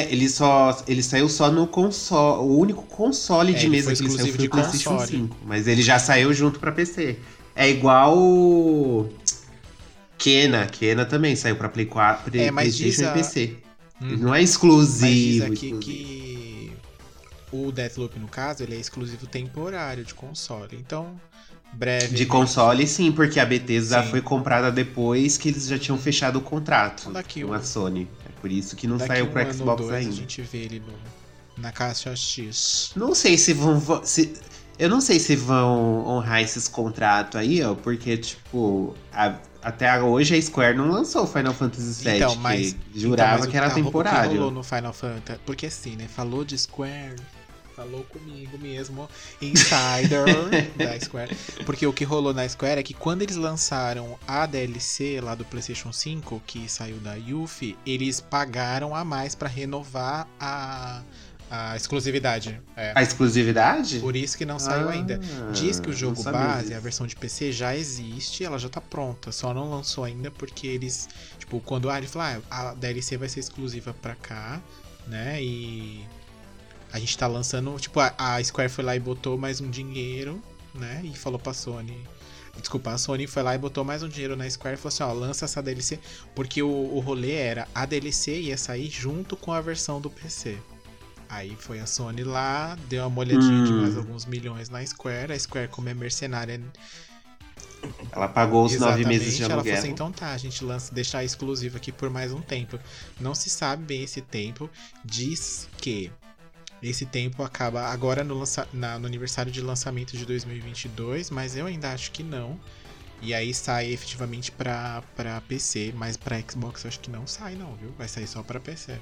saiu só no console. O único console de mesa que ele saiu foi o PlayStation 5. Mas ele já saiu junto pra PC. É igual o Kena. Kena também saiu pra Play 4, PlayStation e PC. Não é exclusivo. Mas diz aqui que o Deathloop, no caso, ele é exclusivo temporário de console. Então, breve. De console, sim, porque a Bethesda foi comprada depois que eles já tinham fechado o contrato com a Sony. É por isso que não saiu pro Xbox ainda. A gente vê ele na caixa X. Não sei se vão... eu não sei se vão honrar esses contratos aí, ó, porque, tipo... Até hoje a Square não lançou Final Fantasy VII, então, mas jurava que era temporário. O que rolou no Final Fantasy... Porque assim, né? Falou de Square... Falou comigo mesmo, insider da Square. Porque o que rolou na Square é que quando eles lançaram a DLC lá do PlayStation 5, que saiu da Yuffie, eles pagaram a mais pra renovar a exclusividade. A exclusividade? Por isso que não saiu ainda. Diz que o jogo base, a versão de PC, já existe, ela já tá pronta. Só não lançou ainda porque eles... Tipo, quando ele falou, a DLC vai ser exclusiva pra cá, né? E... A gente tá lançando, tipo, a Square foi lá e botou mais um dinheiro, né? E falou pra Sony... Desculpa, a Sony foi lá e botou mais um dinheiro na Square e falou assim, ó, lança essa DLC. Porque o rolê era, a DLC ia sair junto com a versão do PC. Aí foi a Sony lá, deu uma molhadinha de mais alguns milhões na Square. A Square, como é mercenária, Ela pagou os 9 meses de ela aluguel. falou assim, então tá, a gente deixar exclusivo aqui por mais um tempo. Não se sabe bem esse tempo. Diz que esse tempo acaba agora no aniversário de lançamento de 2022, mas eu ainda acho que não. E aí sai efetivamente pra PC, mas pra Xbox eu acho que não sai não, viu? Vai sair só pra PC.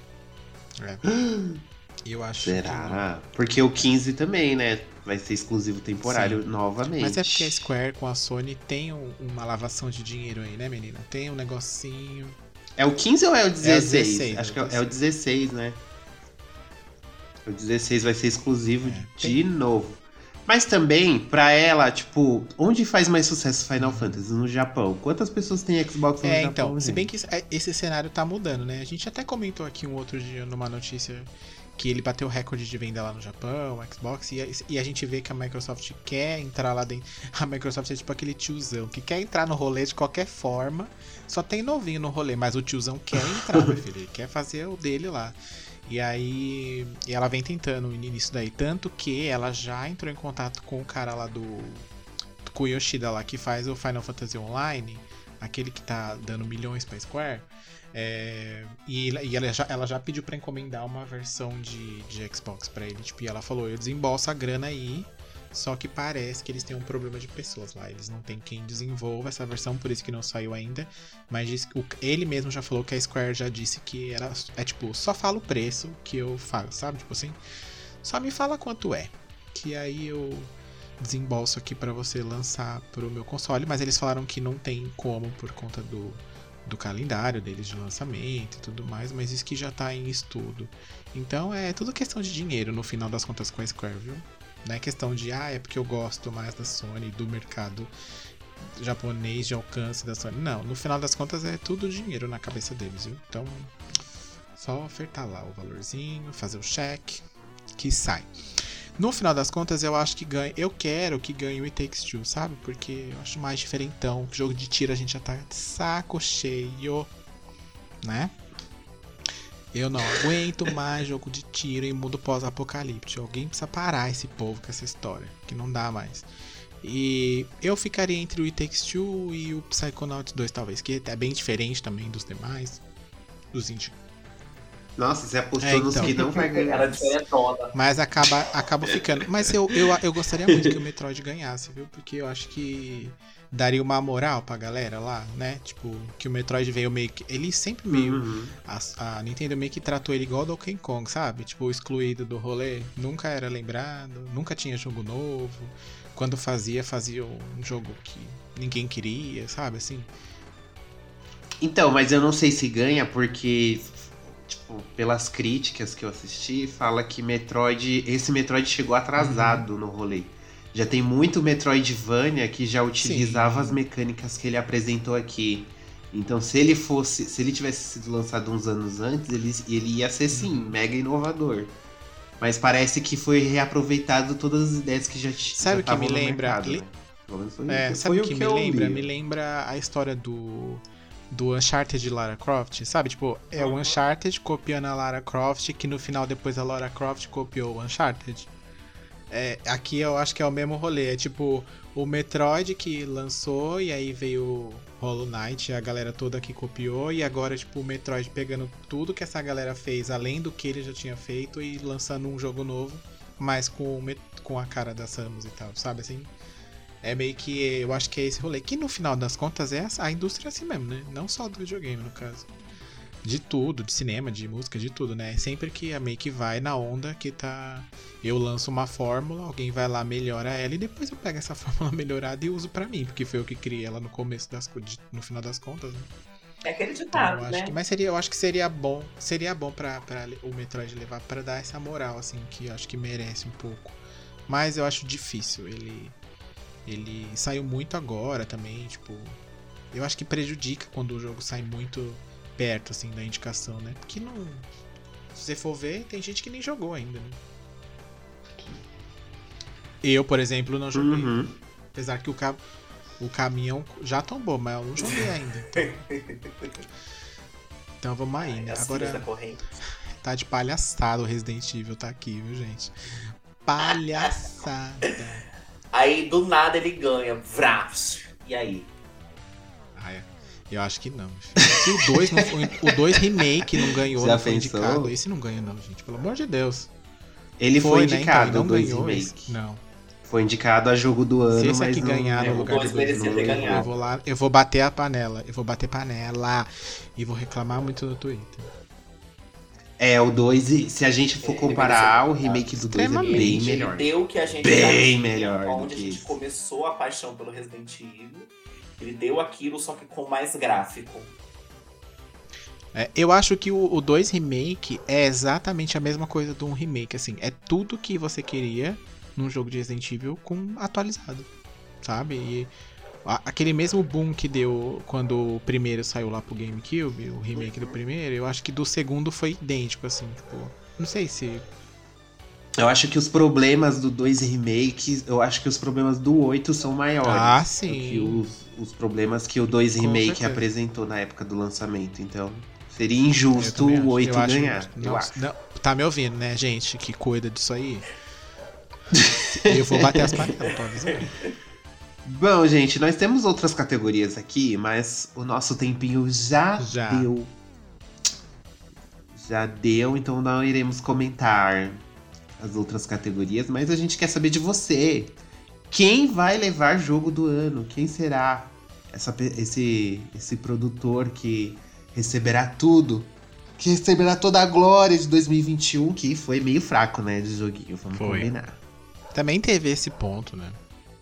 Eu acho. Será? Porque o 15 também, né? Vai ser exclusivo temporário novamente. Mas é porque a Square com a Sony tem uma lavação de dinheiro aí, né, menina? Tem um negocinho. É o 15 ou é o 16? É o 16 acho que é o 16, né? O 16 vai ser exclusivo de novo. Mas também, pra ela, tipo, onde faz mais sucesso Final Fantasy? No Japão. Quantas pessoas têm Xbox no Japão? Então, se bem que esse cenário tá mudando, né? A gente até comentou aqui um outro dia numa notícia que ele bateu o recorde de venda lá no Japão, o Xbox, e a gente vê que a Microsoft quer entrar lá dentro. A Microsoft é tipo aquele tiozão que quer entrar no rolê de qualquer forma. Só tem novinho no rolê, mas o tiozão quer entrar, meu filho. Ele quer fazer o dele lá. E aí ela vem tentando nisso daí. Tanto que ela já entrou em contato com o cara lá com o Yoshida lá, que faz o Final Fantasy Online, aquele que tá dando milhões pra Square. E ela já pediu pra encomendar uma versão de Xbox pra ele. Tipo, e ela falou, eu desembolso a grana aí. Só que parece que eles têm um problema de pessoas lá. Eles não têm quem desenvolva essa versão, por isso que não saiu ainda. Mas ele mesmo já falou que a Square já disse que tipo, só fala o preço que eu falo, sabe? Tipo assim, só me fala quanto é. Que aí eu desembolso aqui pra você lançar pro meu console. Mas eles falaram que não tem como por conta do calendário deles de lançamento e tudo mais. Mas isso que já tá em estudo. Então é tudo questão de dinheiro no final das contas com a Square, viu? Não é questão de, é porque eu gosto mais da Sony, do mercado japonês de alcance da Sony. Não, no final das contas é tudo dinheiro na cabeça deles, viu? Então, só ofertar lá o valorzinho, fazer o cheque, que sai. No final das contas, eu acho que ganha. Eu quero que ganhe o It Takes Two, sabe? Porque eu acho mais diferentão. Jogo de tiro a gente já tá de saco cheio, né? Eu não aguento mais jogo de tiro em mundo pós-apocalíptico. Alguém precisa parar esse povo com essa história, que não dá mais. E eu ficaria entre o It Takes Two e o Psychonauts 2, talvez, que é bem diferente também dos demais, dos indie. Nossa, você apostou nos que não vai ganhar. Mas acaba ficando. Mas eu gostaria muito que o Metroid ganhasse, viu? Porque eu acho que daria uma moral pra galera lá, né? Tipo, que o Metroid veio meio que... Ele sempre meio... A Nintendo meio que tratou ele igual ao Donkey Kong, sabe? Tipo, excluído do rolê. Nunca era lembrado, nunca tinha jogo novo. Quando fazia um jogo que ninguém queria, sabe? Assim. Então, mas eu não sei se ganha porque... Tipo, pelas críticas que eu assisti, fala que esse Metroid chegou atrasado no rolê. Já tem muito Metroidvania que já utilizava as mecânicas que ele apresentou aqui. Então, se ele tivesse sido lançado uns anos antes, ele ia ser, sim, mega inovador. Mas parece que foi reaproveitado todas as ideias que já tinham. Sabe o que me lembra? Sabe o que me lembra? Me lembra a história do Uncharted de Lara Croft, sabe? Tipo, é o Uncharted copiando a Lara Croft, que no final depois a Lara Croft copiou o Uncharted. Aqui eu acho que é o mesmo rolê. É tipo, o Metroid que lançou e aí veio o Hollow Knight, a galera toda que copiou, e agora, tipo, o Metroid pegando tudo que essa galera fez, além do que ele já tinha feito, e lançando um jogo novo, mas com a cara da Samus e tal, sabe? Assim, é meio que, eu acho que é esse rolê. Que no final das contas é a indústria assim mesmo, né? Não só do videogame, no caso. De tudo, de cinema, de música, de tudo, né? Sempre que a meio que vai na onda que tá... Eu lanço uma fórmula, alguém vai lá, melhora ela, e depois eu pego essa fórmula melhorada e uso pra mim, porque foi eu que criei ela no começo no final das contas, né? É aquele ditado, então, né? Eu acho que seria bom pra o Metroid levar, pra dar essa moral, assim, que eu acho que merece um pouco. Mas eu acho difícil, ele saiu muito agora também, tipo... Eu acho que prejudica quando o jogo sai muito perto, assim, da indicação, né? Porque não... Se você for ver, tem gente que nem jogou ainda, né? Eu, por exemplo, não joguei. Apesar que o caminhão já tombou, mas eu não joguei ainda. Então vamos aí, né? Agora tá de palhaçada o Resident Evil tá aqui, viu, gente? Palhaçada. Aí do nada ele ganha, vrafs. E aí? Eu acho que não. Se o 2 não foi, o 2 remake não ganhou, Já não foi pensou? indicado, esse não ganha não, gente. Pelo amor de Deus. Ele foi né? indicado, Então, o ele 2 não ganhou remake. esse. Não. Foi indicado a jogo do ano, Se esse mas aqui não... ganhar no o lugar dois do 2, merecia ter ganhado. eu vou bater a panela. Eu vou bater panela. E vou reclamar muito no Twitter. O 2, se a gente for comparar, o remake do 2 é bem Extremamente. melhor. Ele deu o que a gente Bem já tinha, melhor do onde a que gente esse. começou a paixão pelo Resident Evil. Ele deu aquilo, só que com mais gráfico. Eu acho que o 2 remake é exatamente a mesma coisa de um remake, assim. É tudo que você queria num jogo de Resident Evil com atualizado, sabe? E aquele mesmo boom que deu quando o primeiro saiu lá pro GameCube, o remake do primeiro, eu acho que do segundo foi idêntico, assim, tipo... Não sei se... Eu acho que os problemas do 2 remake, eu acho que os problemas do 8 são maiores. Ah, sim. Do que os problemas que o 2 Com remake certeza. apresentou na época do lançamento. Então, seria injusto também o acho. 8 Eu acho ganhar. justo. Eu acho. Não, tá me ouvindo, né, gente, que cuida disso aí? Eu vou bater as panelas, tô avisando. Bom, gente, nós temos outras categorias aqui, mas o nosso tempinho já deu. Já deu, então não iremos comentar as outras categorias, mas a gente quer saber de você. Quem vai levar jogo do ano? Quem será esse produtor que receberá tudo? Que receberá toda a glória de 2021, que foi meio fraco, né, de joguinho, vamos combinar. Também teve esse ponto, né?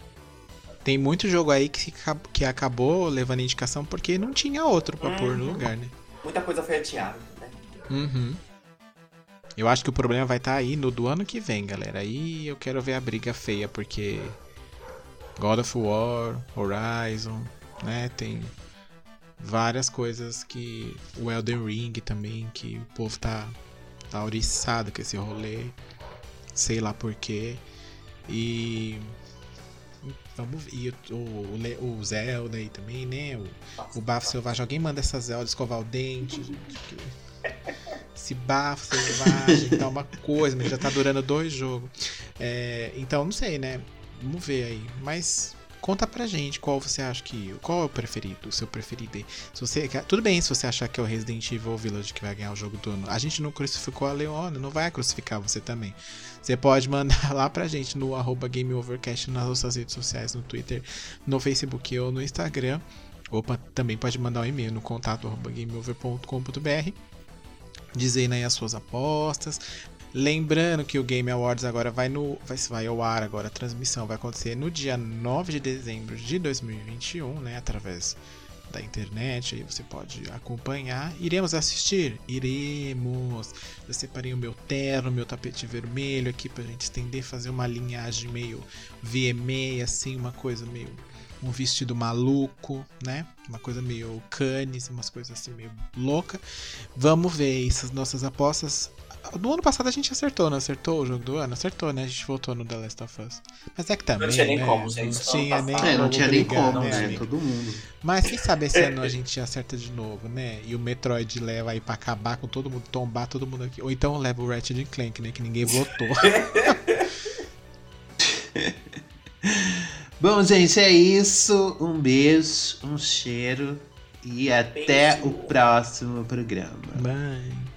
Tem muito jogo aí que acabou levando indicação porque não tinha outro pra pôr no lugar, né? Muita coisa foi adiada, né? Uhum. Eu acho que o problema vai estar aí no do ano que vem, galera. Aí eu quero ver a briga feia, porque God of War, Horizon, né? Tem várias coisas que... O Elden Ring também, que o povo tá oriçado com esse rolê. Sei lá por quê. E... Vamos ver. E o Zelda aí também, né? O bafo selvagem. Alguém manda essa Zelda escovar o dente, gente. Esse bafo selvagem tá uma coisa, mas já tá durando 2 jogos. Então, não sei, né? Vamos ver aí. Mas conta pra gente qual você acha que... Qual é o preferido, o seu preferido aí. Tudo bem se você achar que é o Resident Evil Village que vai ganhar o jogo do ano. A gente não crucificou a Leona, não vai crucificar você também. Você pode mandar lá pra gente no @GameOvercast nas nossas redes sociais, no Twitter, no Facebook ou no Instagram. Também pode mandar um e-mail no contato@gameover.com.br dizendo aí as suas apostas. Lembrando que o Game Awards agora vai ao ar agora, a transmissão vai acontecer no dia 9 de dezembro de 2021, né, através da internet, aí você pode acompanhar. Iremos assistir? Iremos! Eu separei o meu terno, meu tapete vermelho aqui pra gente estender, fazer uma linhagem meio VMA, assim, uma coisa meio... Um vestido maluco, né? Uma coisa meio Cannes, umas coisas assim meio louca. Vamos ver essas nossas apostas. No ano passado a gente acertou, não acertou o jogo do ano? Acertou, né? A gente votou no The Last of Us. Mas é que também, Não tinha nem né? como, gente. Não tinha nem não tinha nem brigar, como, né? amigo? Todo mundo. Mas quem sabe esse ano a gente acerta de novo, né? E o Metroid leva aí pra acabar com todo mundo, tombar todo mundo aqui. Ou então leva o Ratchet & Clank, né? Que ninguém votou. Bom, gente, é isso. Um beijo, um cheiro e até o próximo programa. Bye.